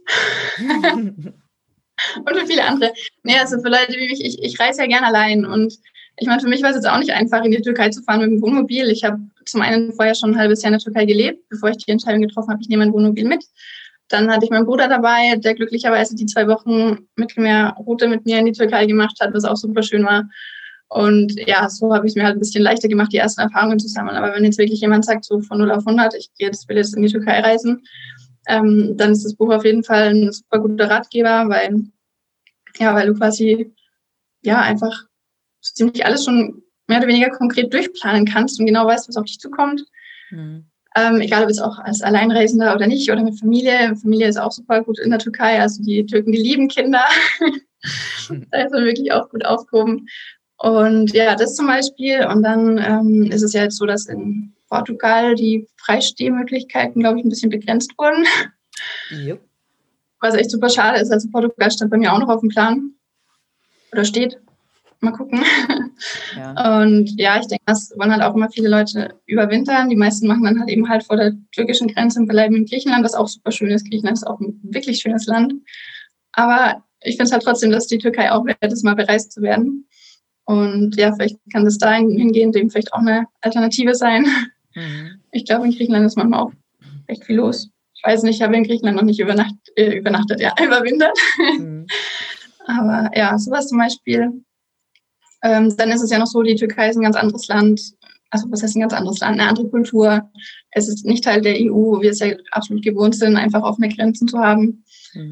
und für viele andere. Nee, also für Leute wie mich, ich reise ja gern allein und ich meine, für mich war es jetzt auch nicht einfach, in die Türkei zu fahren mit dem Wohnmobil. Ich habe zum einen vorher schon ein halbes Jahr in der Türkei gelebt, bevor ich die Entscheidung getroffen habe, ich nehme mein Wohnmobil mit. Dann hatte ich meinen Bruder dabei, der glücklicherweise die 2 Wochen Mittelmeerroute mit mir in die Türkei gemacht hat, was auch super schön war. Und ja, so habe ich es mir halt ein bisschen leichter gemacht, die ersten Erfahrungen zu sammeln. Aber wenn jetzt wirklich jemand sagt, so von 0 auf 100, will jetzt in die Türkei reisen, dann ist das Buch auf jeden Fall ein super guter Ratgeber, weil du quasi einfach ziemlich alles schon mehr oder weniger konkret durchplanen kannst und genau weißt, was auf dich zukommt. Egal, ob es auch als Alleinreisender oder nicht oder mit Familie. Familie ist auch super gut in der Türkei. Also die Türken, die lieben Kinder. Da ist man wirklich auch gut aufgehoben. Und ja, das zum Beispiel. Und dann ist es ja jetzt so, dass in Portugal die Freistehmöglichkeiten, glaube ich, ein bisschen begrenzt wurden. Yep. Was echt super schade ist. Also Portugal stand bei mir auch noch auf dem Plan. Oder steht. Mal gucken. Ja. Und ja, ich denke, das wollen halt auch immer viele Leute überwintern. Die meisten machen dann halt eben halt vor der türkischen Grenze und bleiben in Griechenland, was auch super schön ist. Griechenland ist auch ein wirklich schönes Land. Aber ich finde es halt trotzdem, dass die Türkei auch wert ist, mal bereist zu werden. Und ja, vielleicht kann das da hingehen, dem vielleicht auch eine Alternative sein. Ich glaube, in Griechenland ist manchmal auch echt viel los. Ich weiß nicht, ich habe in Griechenland noch nicht überwintert. Aber ja, sowas zum Beispiel. Dann ist es ja noch so, die Türkei ist ein ganz anderes Land. Also was heißt ein ganz anderes Land? Eine andere Kultur. Es ist nicht Teil der EU, wo wir es ja absolut gewohnt sind, einfach offene Grenzen zu haben.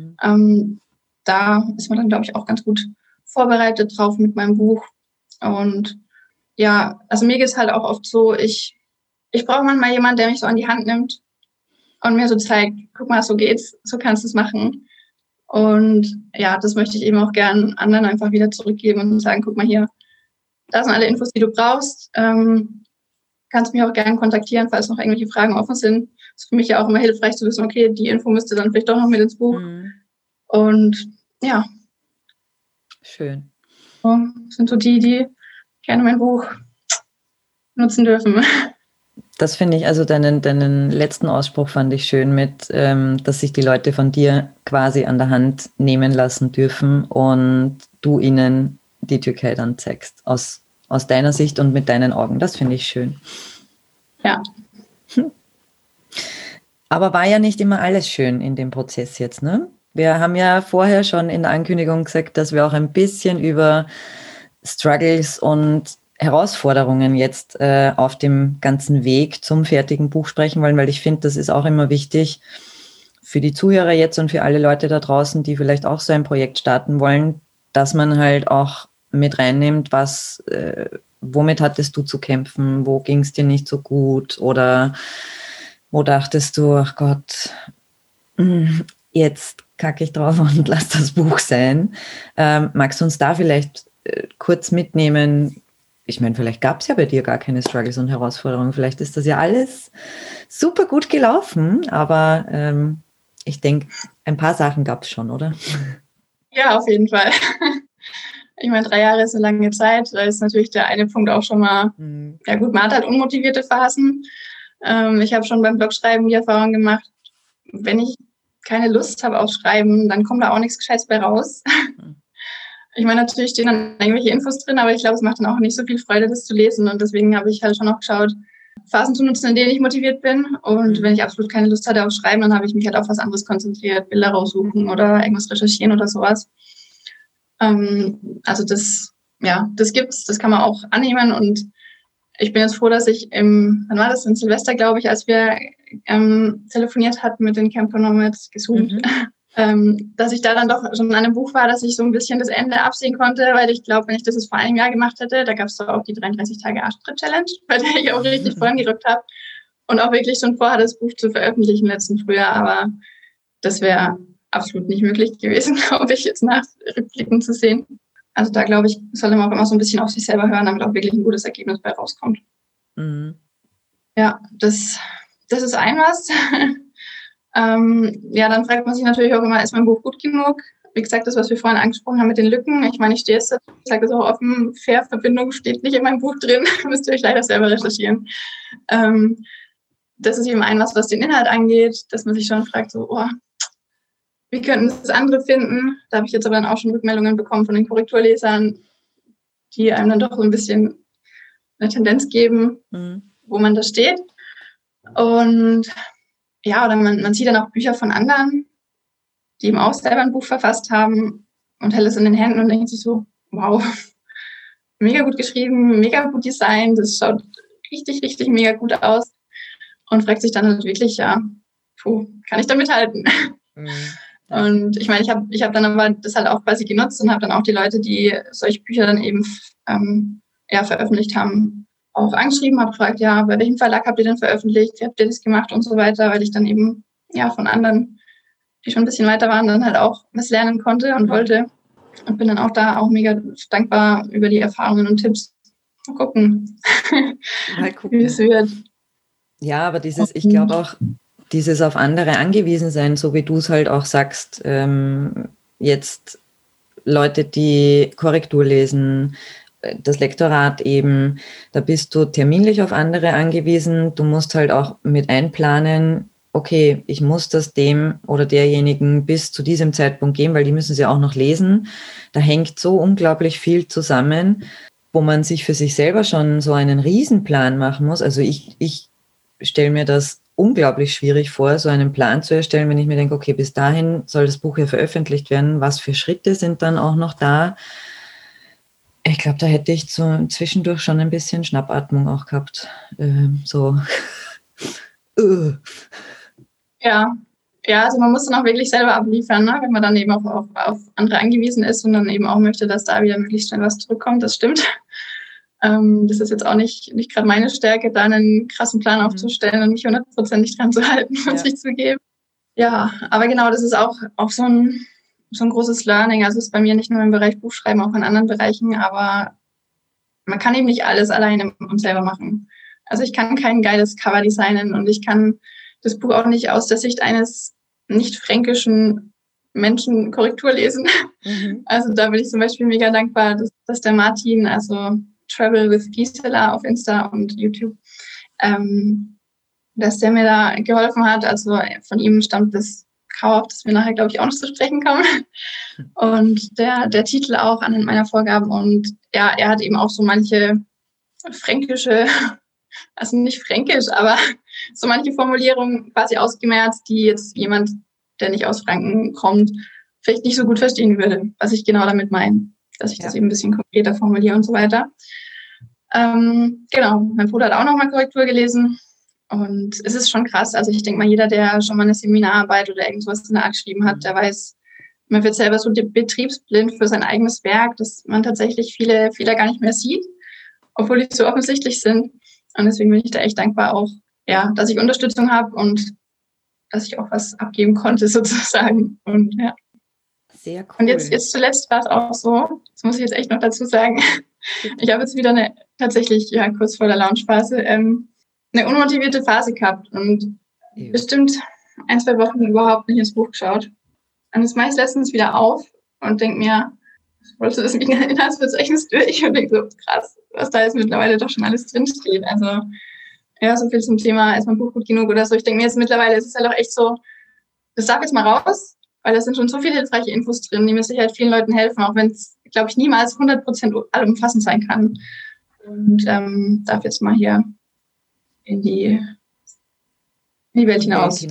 Da ist man dann, glaube ich, auch ganz gut vorbereitet drauf mit meinem Buch. Und ja, also mir geht es halt auch oft so, ich brauche manchmal jemanden, der mich so an die Hand nimmt und mir so zeigt, guck mal, so geht's, so kannst du es machen. Und ja, das möchte ich eben auch gern anderen einfach wieder zurückgeben und sagen, guck mal hier, da sind alle Infos, die du brauchst. Kannst mich auch gerne kontaktieren, falls noch irgendwelche Fragen offen sind. Das ist für mich ja auch immer hilfreich zu wissen, okay, die Info müsste dann vielleicht doch noch mit ins Buch. Und ja. Schön. So sind so die gerne mein Buch nutzen dürfen. Das finde ich, also deinen letzten Ausspruch fand ich schön mit, dass sich die Leute von dir quasi an der Hand nehmen lassen dürfen und du ihnen die Türkei dann zeigst. Aus deiner Sicht und mit deinen Augen. Das finde ich schön. Ja. Aber war ja nicht immer alles schön in dem Prozess jetzt, ne? Wir haben ja vorher schon in der Ankündigung gesagt, dass wir auch ein bisschen über Struggles und Herausforderungen jetzt auf dem ganzen Weg zum fertigen Buch sprechen wollen, weil ich finde, das ist auch immer wichtig für die Zuhörer jetzt und für alle Leute da draußen, die vielleicht auch so ein Projekt starten wollen, dass man halt auch mit reinnimmt, womit hattest du zu kämpfen, wo ging es dir nicht so gut oder wo dachtest du, ach Gott, jetzt kacke ich drauf und lass das Buch sein. Magst du uns da vielleicht kurz mitnehmen? Ich meine, vielleicht gab es ja bei dir gar keine Struggles und Herausforderungen. Vielleicht ist das ja alles super gut gelaufen, aber ich denke, ein paar Sachen gab es schon, oder? Ja, auf jeden Fall. Ich meine, 3 Jahre ist eine lange Zeit. Da ist natürlich der eine Punkt auch schon mal, ja gut, man hat halt unmotivierte Phasen. Ich habe schon beim Blogschreiben die Erfahrung gemacht, wenn ich keine Lust habe auf Schreiben, dann kommt da auch nichts Gescheites bei raus. Ich meine, natürlich stehen dann irgendwelche Infos drin, aber ich glaube, es macht dann auch nicht so viel Freude, das zu lesen. Und deswegen habe ich halt schon auch geschaut, Phasen zu nutzen, in denen ich motiviert bin. Und wenn ich absolut keine Lust hatte auf Schreiben, dann habe ich mich halt auf was anderes konzentriert, Bilder raussuchen oder irgendwas recherchieren oder sowas. Also das gibt's, das kann man auch annehmen. Und ich bin jetzt froh, dass ich wann war das, in Silvester, glaube ich, als wir telefoniert hatten mit den Camper Nomads, gezoomt, dass ich da dann doch schon an einem Buch war, dass ich so ein bisschen das Ende absehen konnte, weil ich glaube, wenn ich das jetzt vor einem Jahr gemacht hätte, da gab es doch auch die 33-Tage-Arschtritt-Challenge, bei der ich auch richtig vorangerückt habe und auch wirklich schon vorhatte, das Buch zu veröffentlichen letzten Frühjahr, aber das wäre absolut nicht möglich gewesen, glaube ich, jetzt nach Rückblicken zu sehen. Also da, glaube ich, sollte man auch immer so ein bisschen auf sich selber hören, damit auch wirklich ein gutes Ergebnis bei rauskommt. Mhm. Ja, das ist ein was. Dann fragt man sich natürlich auch immer, ist mein Buch gut genug? Wie gesagt, das, was wir vorhin angesprochen haben mit den Lücken. Ich meine, ich stehe jetzt, ich sage das auch offen, Verbindung steht nicht in meinem Buch drin. Müsst ihr euch leider selber recherchieren. Das ist eben ein was den Inhalt angeht, dass man sich schon fragt, so, wie könnten das andere finden? Da habe ich jetzt aber dann auch schon Rückmeldungen bekommen von den Korrekturlesern, die einem dann doch so ein bisschen eine Tendenz geben, wo man da steht. Und ja, oder man sieht dann auch Bücher von anderen, die eben auch selber ein Buch verfasst haben und hält es in den Händen und denkt sich so, wow, mega gut geschrieben, mega gut designt, das schaut richtig, richtig mega gut aus und fragt sich dann halt wirklich, kann ich da mithalten? Und ich meine, ich hab dann aber das halt auch quasi genutzt und habe dann auch die Leute, die solche Bücher dann eben veröffentlicht haben, auch angeschrieben, habe gefragt, bei welchem Verlag habt ihr denn veröffentlicht, wie habt ihr das gemacht und so weiter, weil ich dann eben von anderen, die schon ein bisschen weiter waren, dann halt auch was lernen konnte und wollte und bin dann auch da auch mega dankbar über die Erfahrungen und Tipps. Mal gucken. Wie es wird. Ja, aber ich glaube auch, dieses auf andere angewiesen sein, so wie du es halt auch sagst, jetzt Leute, die Korrektur lesen, das Lektorat eben, da bist du terminlich auf andere angewiesen. Du musst halt auch mit einplanen, okay, ich muss das dem oder derjenigen bis zu diesem Zeitpunkt geben, weil die müssen sie auch noch lesen. Da hängt so unglaublich viel zusammen, wo man sich für sich selber schon so einen Riesenplan machen muss. Also ich stelle mir das unglaublich schwierig vor, so einen Plan zu erstellen, wenn ich mir denke, okay, bis dahin soll das Buch ja veröffentlicht werden. Was für Schritte sind dann auch noch da? Ich glaube, da hätte ich zwischendurch schon ein bisschen Schnappatmung auch gehabt. Ja, also man muss dann auch wirklich selber abliefern, ne? Wenn man dann eben auch auf andere angewiesen ist und dann eben auch möchte, dass da wieder möglichst schnell was zurückkommt. Das stimmt. Das ist jetzt auch nicht gerade meine Stärke, da einen krassen Plan aufzustellen und mich 100% dran zu halten, muss ich zugeben. Ja, aber genau, das ist auch so ein großes Learning. Also es ist bei mir nicht nur im Bereich Buchschreiben, auch in anderen Bereichen, aber man kann eben nicht alles alleine und selber machen. Also ich kann kein geiles Cover designen und ich kann das Buch auch nicht aus der Sicht eines nicht fränkischen Menschen Korrektur lesen. Also da bin ich zum Beispiel mega dankbar, dass der Martin, also Travel with Gisela auf Insta und YouTube, dass der mir da geholfen hat. Also von ihm stammt das Cover, auf das wir nachher, glaube ich, auch noch zu sprechen kommen. Und der Titel auch anhand meiner Vorgaben. Und ja, er hat eben auch so manche fränkische, also nicht fränkisch, aber so manche Formulierungen quasi ausgemerzt, die jetzt jemand, der nicht aus Franken kommt, vielleicht nicht so gut verstehen würde, was ich genau damit meine. Dass ich das eben ein bisschen konkreter formuliere und so weiter. Genau, mein Bruder hat auch nochmal Korrektur gelesen und es ist schon krass. Also ich denke mal, jeder, der schon mal eine Seminararbeit oder irgendwas in der Art geschrieben hat, der weiß, man wird selber so betriebsblind für sein eigenes Werk, dass man tatsächlich viele Fehler gar nicht mehr sieht, obwohl die so offensichtlich sind. Und deswegen bin ich da echt dankbar auch, dass ich Unterstützung habe und dass ich auch was abgeben konnte sozusagen. Und ja. Sehr cool. Und jetzt zuletzt war es auch so, das muss ich jetzt echt noch dazu sagen, ich habe jetzt wieder tatsächlich kurz vor der Launchphase, eine unmotivierte Phase gehabt und bestimmt 1-2 Wochen überhaupt nicht ins Buch geschaut. Und jetzt mache ich es letztens wieder auf und denke mir, wolltest du das Inhaltsverzeichnis durch? Und denke so, krass, was da jetzt mittlerweile doch schon alles drinsteht. Also Ja, so viel zum Thema, ist mein Buch gut genug oder so. Ich denke mir jetzt mittlerweile, ist es halt auch echt so, das sag jetzt mal raus, weil da sind schon so viele hilfreiche Infos drin, die mit Sicherheit vielen Leuten helfen, auch wenn es, glaube ich, niemals 100% allumfassend sein kann. Und darf jetzt mal hier in die Welt hinaus.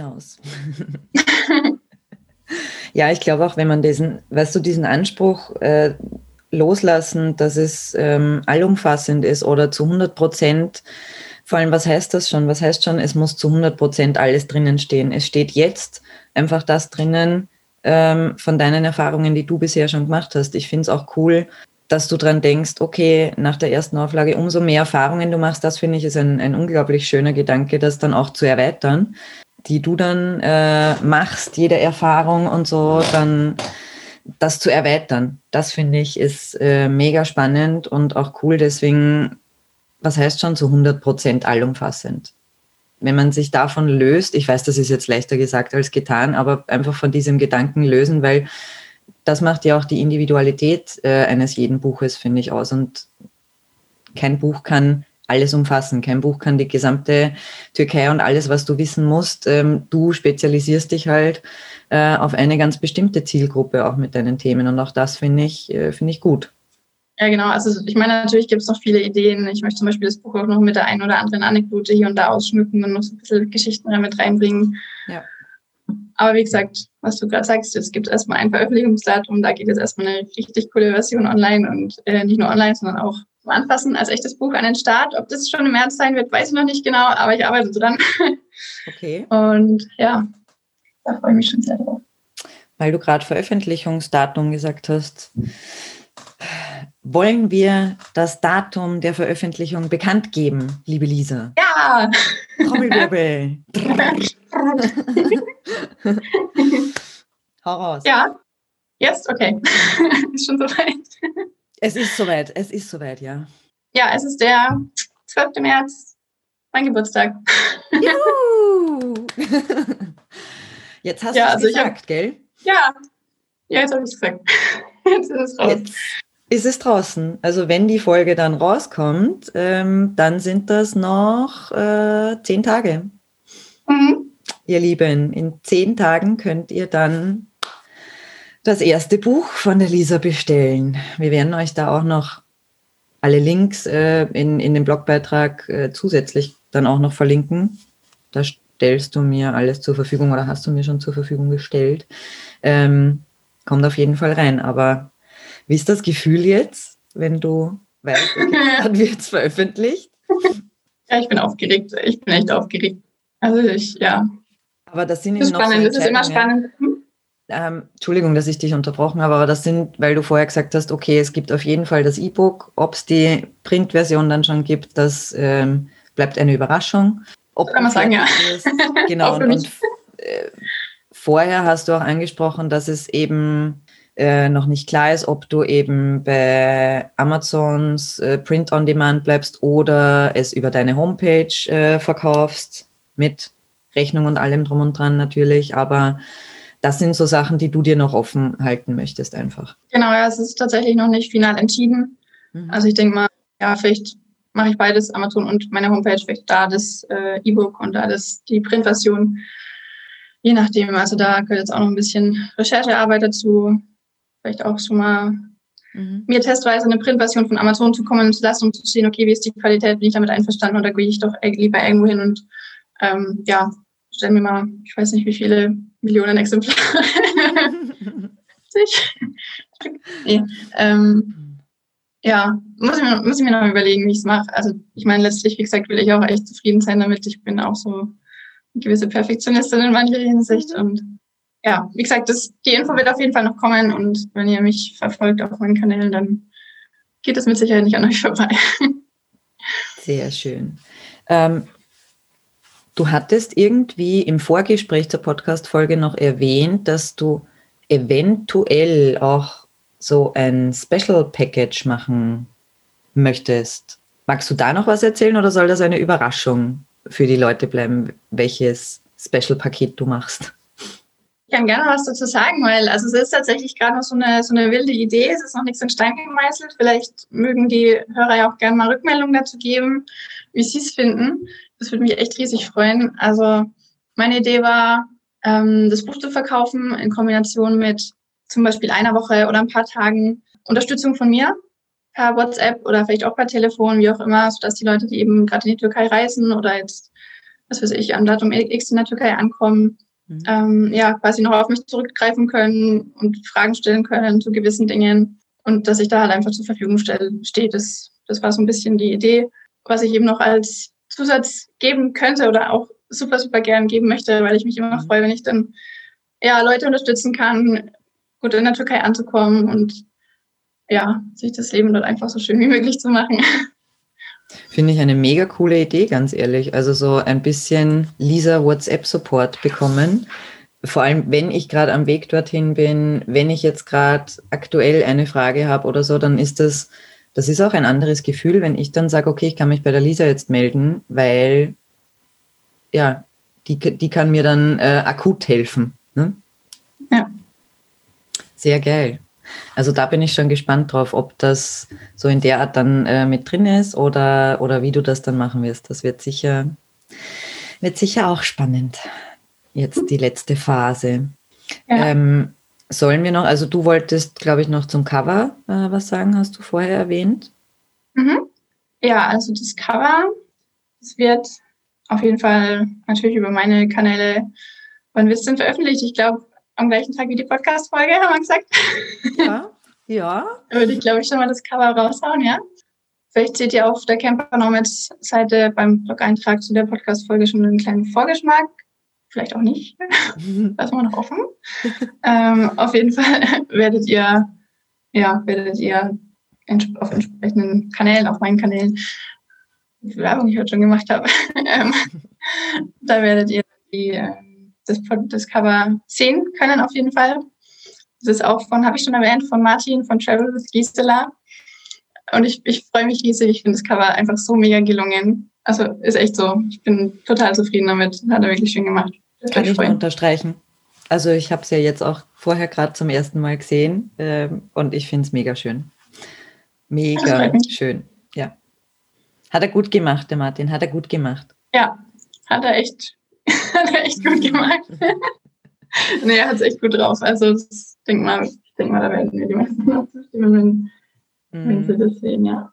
Ja, ich glaube auch, wenn man diesen Anspruch loslassen, dass es allumfassend ist oder zu 100%, vor allem, was heißt das schon? Was heißt schon, es muss zu 100% alles drinnen stehen? Es steht jetzt einfach das drinnen von deinen Erfahrungen, die du bisher schon gemacht hast. Ich finde es auch cool, dass du dran denkst, okay, nach der ersten Auflage, umso mehr Erfahrungen du machst, das finde ich ist ein unglaublich schöner Gedanke, das dann auch zu erweitern, die du dann machst, jede Erfahrung und so, dann das zu erweitern. Das finde ich ist mega spannend und auch cool, deswegen, was heißt schon zu 100% allumfassend? Wenn man sich davon löst, ich weiß, das ist jetzt leichter gesagt als getan, aber einfach von diesem Gedanken lösen, weil das macht ja auch die Individualität eines jeden Buches, finde ich, aus. Und kein Buch kann alles umfassen. Kein Buch kann die gesamte Türkei und alles, was du wissen musst. Du spezialisierst dich halt auf eine ganz bestimmte Zielgruppe auch mit deinen Themen. Und auch das finde ich gut. Ja, genau. Also ich meine, natürlich gibt es noch viele Ideen. Ich möchte zum Beispiel das Buch auch noch mit der einen oder anderen Anekdote hier und da ausschmücken und noch so ein bisschen Geschichten mit reinbringen. Ja. Aber wie gesagt, was du gerade sagst, es gibt erstmal ein Veröffentlichungsdatum, da geht jetzt erstmal eine richtig coole Version online und nicht nur online, sondern auch zum Anfassen als echtes Buch an den Start. Ob das schon im März sein wird, weiß ich noch nicht genau, aber ich arbeite dran. Okay. Und ja, da freue ich mich schon sehr drauf. Weil du gerade Veröffentlichungsdatum gesagt hast, wollen wir das Datum der Veröffentlichung bekannt geben, liebe Lisa? Ja! Trommelwirbel! Hau raus. Ja, jetzt? Okay. Ist schon soweit. Es ist soweit, ja. Ja, es ist der 12. März, mein Geburtstag. Juhu! Jetzt hast du es gesagt, gell? Ja, jetzt habe ich es gesagt. Jetzt ist es raus. Jetzt ist es draußen. Also wenn die Folge dann rauskommt, dann sind das noch 10 Tage. Mhm. Ihr Lieben, in 10 Tagen könnt ihr dann das erste Buch von der Lisa bestellen. Wir werden euch da auch noch alle Links in dem Blogbeitrag zusätzlich dann auch noch verlinken. Da stellst du mir alles zur Verfügung oder hast du mir schon zur Verfügung gestellt. Kommt auf jeden Fall rein. Aber wie ist das Gefühl jetzt, wenn du weißt, okay, dann wird es veröffentlicht? Ja, ich bin aufgeregt. Ich bin echt aufgeregt. Also ja. Aber das sind das ist spannend. Das ist immer spannend. Entschuldigung, dass ich dich unterbrochen habe, aber das sind, weil du vorher gesagt hast, okay, es gibt auf jeden Fall das E-Book. Ob es die Printversion dann schon gibt, das bleibt eine Überraschung. Kann man sagen, ja. Genau. und vorher hast du auch angesprochen, dass es eben noch nicht klar ist, ob du eben bei Amazons Print on Demand bleibst oder es über deine Homepage verkaufst, mit Rechnung und allem drum und dran natürlich, aber das sind so Sachen, die du dir noch offen halten möchtest einfach. Genau, ja, es ist tatsächlich noch nicht final entschieden. Mhm. Also ich denke mal, ja, vielleicht mache ich beides, Amazon und meine Homepage, vielleicht da das E-Book und da die Printversion. Je nachdem, also da gehört jetzt auch noch ein bisschen Recherchearbeit dazu. Vielleicht auch schon mal mir testweise eine Printversion von Amazon zukommen zu lassen, um zu sehen, okay, wie ist die Qualität, bin ich damit einverstanden oder gehe ich doch lieber irgendwo hin und stellen wir mal, ich weiß nicht, wie viele Millionen Exemplare. Nee. Muss ich mir noch überlegen, wie ich es mache. Also ich meine, letztlich, wie gesagt, will ich auch echt zufrieden sein damit. Ich bin auch so eine gewisse Perfektionistin in mancher Hinsicht. Und ja, wie gesagt, die Info wird auf jeden Fall noch kommen. Und wenn ihr mich verfolgt auf meinen Kanälen, dann geht es mit Sicherheit nicht an euch vorbei. Sehr schön. Du hattest irgendwie im Vorgespräch zur Podcast-Folge noch erwähnt, dass du eventuell auch so ein Special Package machen möchtest. Magst du da noch was erzählen oder soll das eine Überraschung für die Leute bleiben, welches Special Paket du machst? Ich kann gerne was dazu sagen, weil also es ist tatsächlich gerade noch so eine wilde Idee. Es ist noch nichts in Stein gemeißelt. Vielleicht mögen die Hörer ja auch gerne mal Rückmeldungen dazu geben, wie sie es finden. Das würde mich echt riesig freuen. Also meine Idee war, das Buch zu verkaufen in Kombination mit zum Beispiel einer Woche oder ein paar Tagen Unterstützung von mir per WhatsApp oder vielleicht auch per Telefon, wie auch immer, sodass die Leute, die eben gerade in die Türkei reisen oder jetzt, was weiß ich, am Datum X in der Türkei ankommen, quasi noch auf mich zurückgreifen können und Fragen stellen können zu gewissen Dingen und dass ich da halt einfach zur Verfügung stehe. Das war so ein bisschen die Idee, was ich eben noch als Zusatz geben könnte oder auch super, super gern geben möchte, weil ich mich immer freue, wenn ich dann Leute unterstützen kann, gut in der Türkei anzukommen und sich das Leben dort einfach so schön wie möglich zu machen. Finde ich eine mega coole Idee, ganz ehrlich. Also so ein bisschen Lisa WhatsApp-Support bekommen. Vor allem, wenn ich gerade am Weg dorthin bin, wenn ich jetzt gerade aktuell eine Frage habe oder so, dann ist das ist auch ein anderes Gefühl, wenn ich dann sage, okay, ich kann mich bei der Lisa jetzt melden, weil die kann mir dann akut helfen. Ne? Ja. Sehr geil. Also da bin ich schon gespannt drauf, ob das so in der Art dann mit drin ist oder wie du das dann machen wirst. Das wird sicher auch spannend. Jetzt die letzte Phase. Ja. Sollen wir noch, also du wolltest, glaube ich, noch zum Cover was sagen, hast du vorher erwähnt? Mhm. Ja, also das Cover, das wird auf jeden Fall natürlich über meine Kanäle, wann wird es denn veröffentlicht? Ich glaube, am gleichen Tag wie die Podcast-Folge, haben wir gesagt. Ja. Da würde ich, glaube ich, schon mal das Cover raushauen, ja. Vielleicht seht ihr auf der Camper Nomads-Seite beim Blog-Eintrag zu der Podcast-Folge schon einen kleinen Vorgeschmack. Vielleicht auch nicht. Lassen wir noch offen. Auf jeden Fall werdet ihr auf entsprechenden Kanälen, auf meinen Kanälen, wie viel Werbung ich heute schon gemacht habe, da werdet ihr das Cover sehen können auf jeden Fall. Das ist auch habe ich schon erwähnt, von Martin von Travel with Gisela. Und ich freue mich riesig. Ich finde das Cover einfach so mega gelungen. Also ist echt so. Ich bin total zufrieden damit. Hat er wirklich schön gemacht. Kann ich nur unterstreichen. Also ich habe es ja jetzt auch vorher gerade zum ersten Mal gesehen und ich finde es mega schön. Mega schön. Ja. Hat er gut gemacht, der Martin. Hat er gut gemacht. Ja, hat er echt gut gemacht. Nee, er hat es echt gut drauf. Also ich denke mal, da werden wir die meisten auch zustimmen, wenn sie das sehen, ja.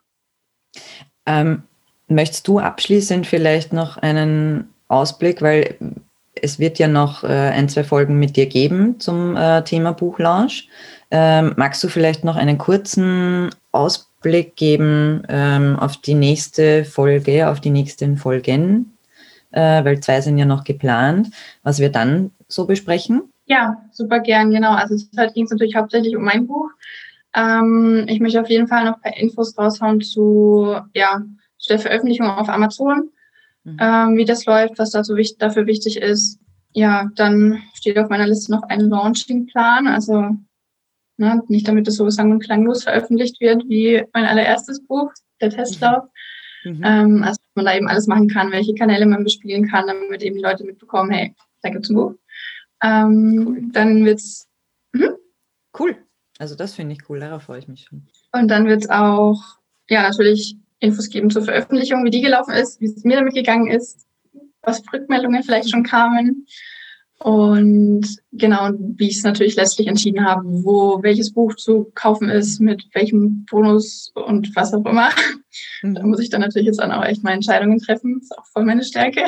Möchtest du abschließend vielleicht noch einen Ausblick, weil es wird ja noch 1-2 Folgen mit dir geben zum Thema Buchlaunch. Magst du vielleicht noch einen kurzen Ausblick geben auf die nächste Folge, auf die nächsten Folgen? Weil 2 sind ja noch geplant, was wir dann so besprechen? Ja, super gern, genau. Also heute ging es natürlich hauptsächlich um mein Buch. Ich möchte auf jeden Fall noch ein paar Infos raushauen zu der Veröffentlichung auf Amazon, wie das läuft, was dafür wichtig ist. Ja, dann steht auf meiner Liste noch ein Launching-Plan, also nicht damit das so sang- und klanglos veröffentlicht wird wie mein allererstes Buch, der Testlauf. Also dass man da eben alles machen kann, welche Kanäle man bespielen kann, damit eben die Leute mitbekommen, hey, da gibt's ein Buch. Cool. Dann wird's cool. Also das finde ich cool, darauf freue ich mich schon. Und dann wird's auch natürlich Infos geben zur Veröffentlichung, wie die gelaufen ist, wie es mir damit gegangen ist, was für Rückmeldungen vielleicht schon kamen und genau, wie ich es natürlich letztlich entschieden habe, welches Buch zu kaufen ist, mit welchem Bonus und was auch immer. Da muss ich dann natürlich jetzt auch echt meine Entscheidungen treffen. Das ist auch voll meine Stärke.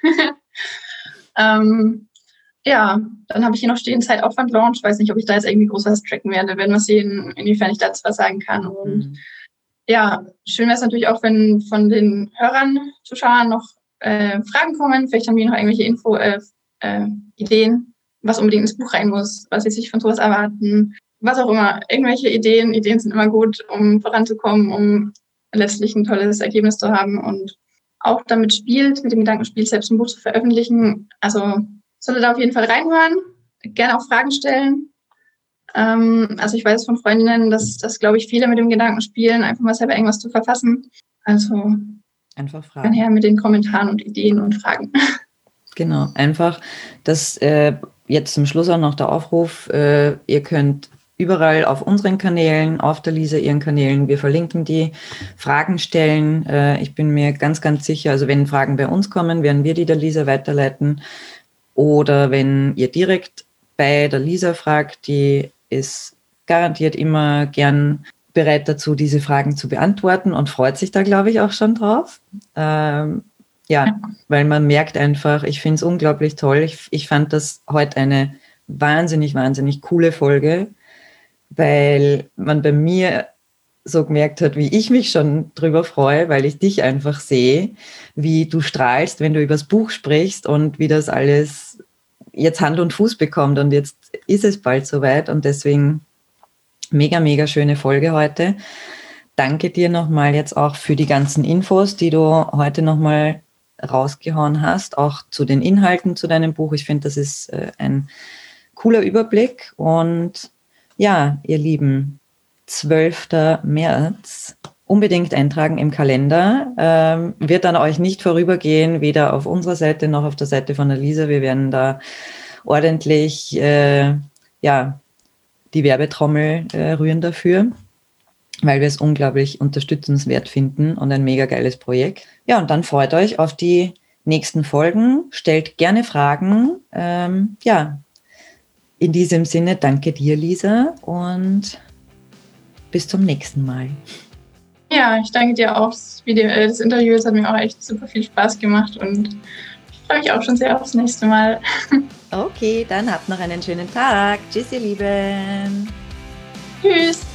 Dann habe ich hier noch stehen Zeitaufwand Launch. Ich weiß nicht, ob ich da jetzt irgendwie groß was tracken werde. Werden wir sehen, inwiefern ich dazu was sagen kann. Und schön wäre es natürlich auch, wenn von den Hörern, Zuschauern noch Fragen kommen. Vielleicht haben die noch irgendwelche Ideen, was unbedingt ins Buch rein muss, was sie sich von sowas erwarten. Was auch immer. Irgendwelche Ideen. Ideen sind immer gut, um voranzukommen, um letztlich ein tolles Ergebnis zu haben und auch damit mit dem Gedanken spielt, selbst ein Buch zu veröffentlichen. Also solltet da auf jeden Fall reinhören, gerne auch Fragen stellen. Also ich weiß von Freundinnen, dass glaube ich, viele mit dem Gedanken spielen, einfach mal selber irgendwas zu verfassen. Also einfach fragen. Dann her mit den Kommentaren und Ideen und Fragen. Genau, einfach das jetzt zum Schluss auch noch der Aufruf, ihr könnt überall auf unseren Kanälen, auf der Lisa ihren Kanälen, wir verlinken die, Fragen stellen. Ich bin mir ganz, ganz sicher, also wenn Fragen bei uns kommen, werden wir die der Lisa weiterleiten. Oder wenn ihr direkt bei der Lisa fragt, die ist garantiert immer gern bereit dazu, diese Fragen zu beantworten und freut sich da, glaube ich, auch schon drauf. Weil man merkt einfach, ich finde es unglaublich toll. Ich fand das heute eine wahnsinnig, wahnsinnig coole Folge, weil man bei mir so gemerkt hat, wie ich mich schon drüber freue, weil ich dich einfach sehe, wie du strahlst, wenn du über das Buch sprichst und wie das alles jetzt Hand und Fuß bekommt und jetzt ist es bald soweit und deswegen mega, mega schöne Folge heute. Danke dir nochmal jetzt auch für die ganzen Infos, die du heute nochmal rausgehauen hast, auch zu den Inhalten zu deinem Buch. Ich finde, das ist ein cooler Überblick und ja, ihr Lieben, 12. März, unbedingt eintragen im Kalender. Wird dann euch nicht vorübergehen, weder auf unserer Seite noch auf der Seite von der Lisa. Wir werden da ordentlich die Werbetrommel rühren dafür, weil wir es unglaublich unterstützenswert finden und ein mega geiles Projekt. Ja, und dann freut euch auf die nächsten Folgen. Stellt gerne Fragen. In diesem Sinne, danke dir, Lisa, und bis zum nächsten Mal. Ja, ich danke dir auch. Das Interview, das hat mir auch echt super viel Spaß gemacht und ich freue mich auch schon sehr aufs nächste Mal. Okay, dann habt noch einen schönen Tag. Tschüss, ihr Lieben. Tschüss.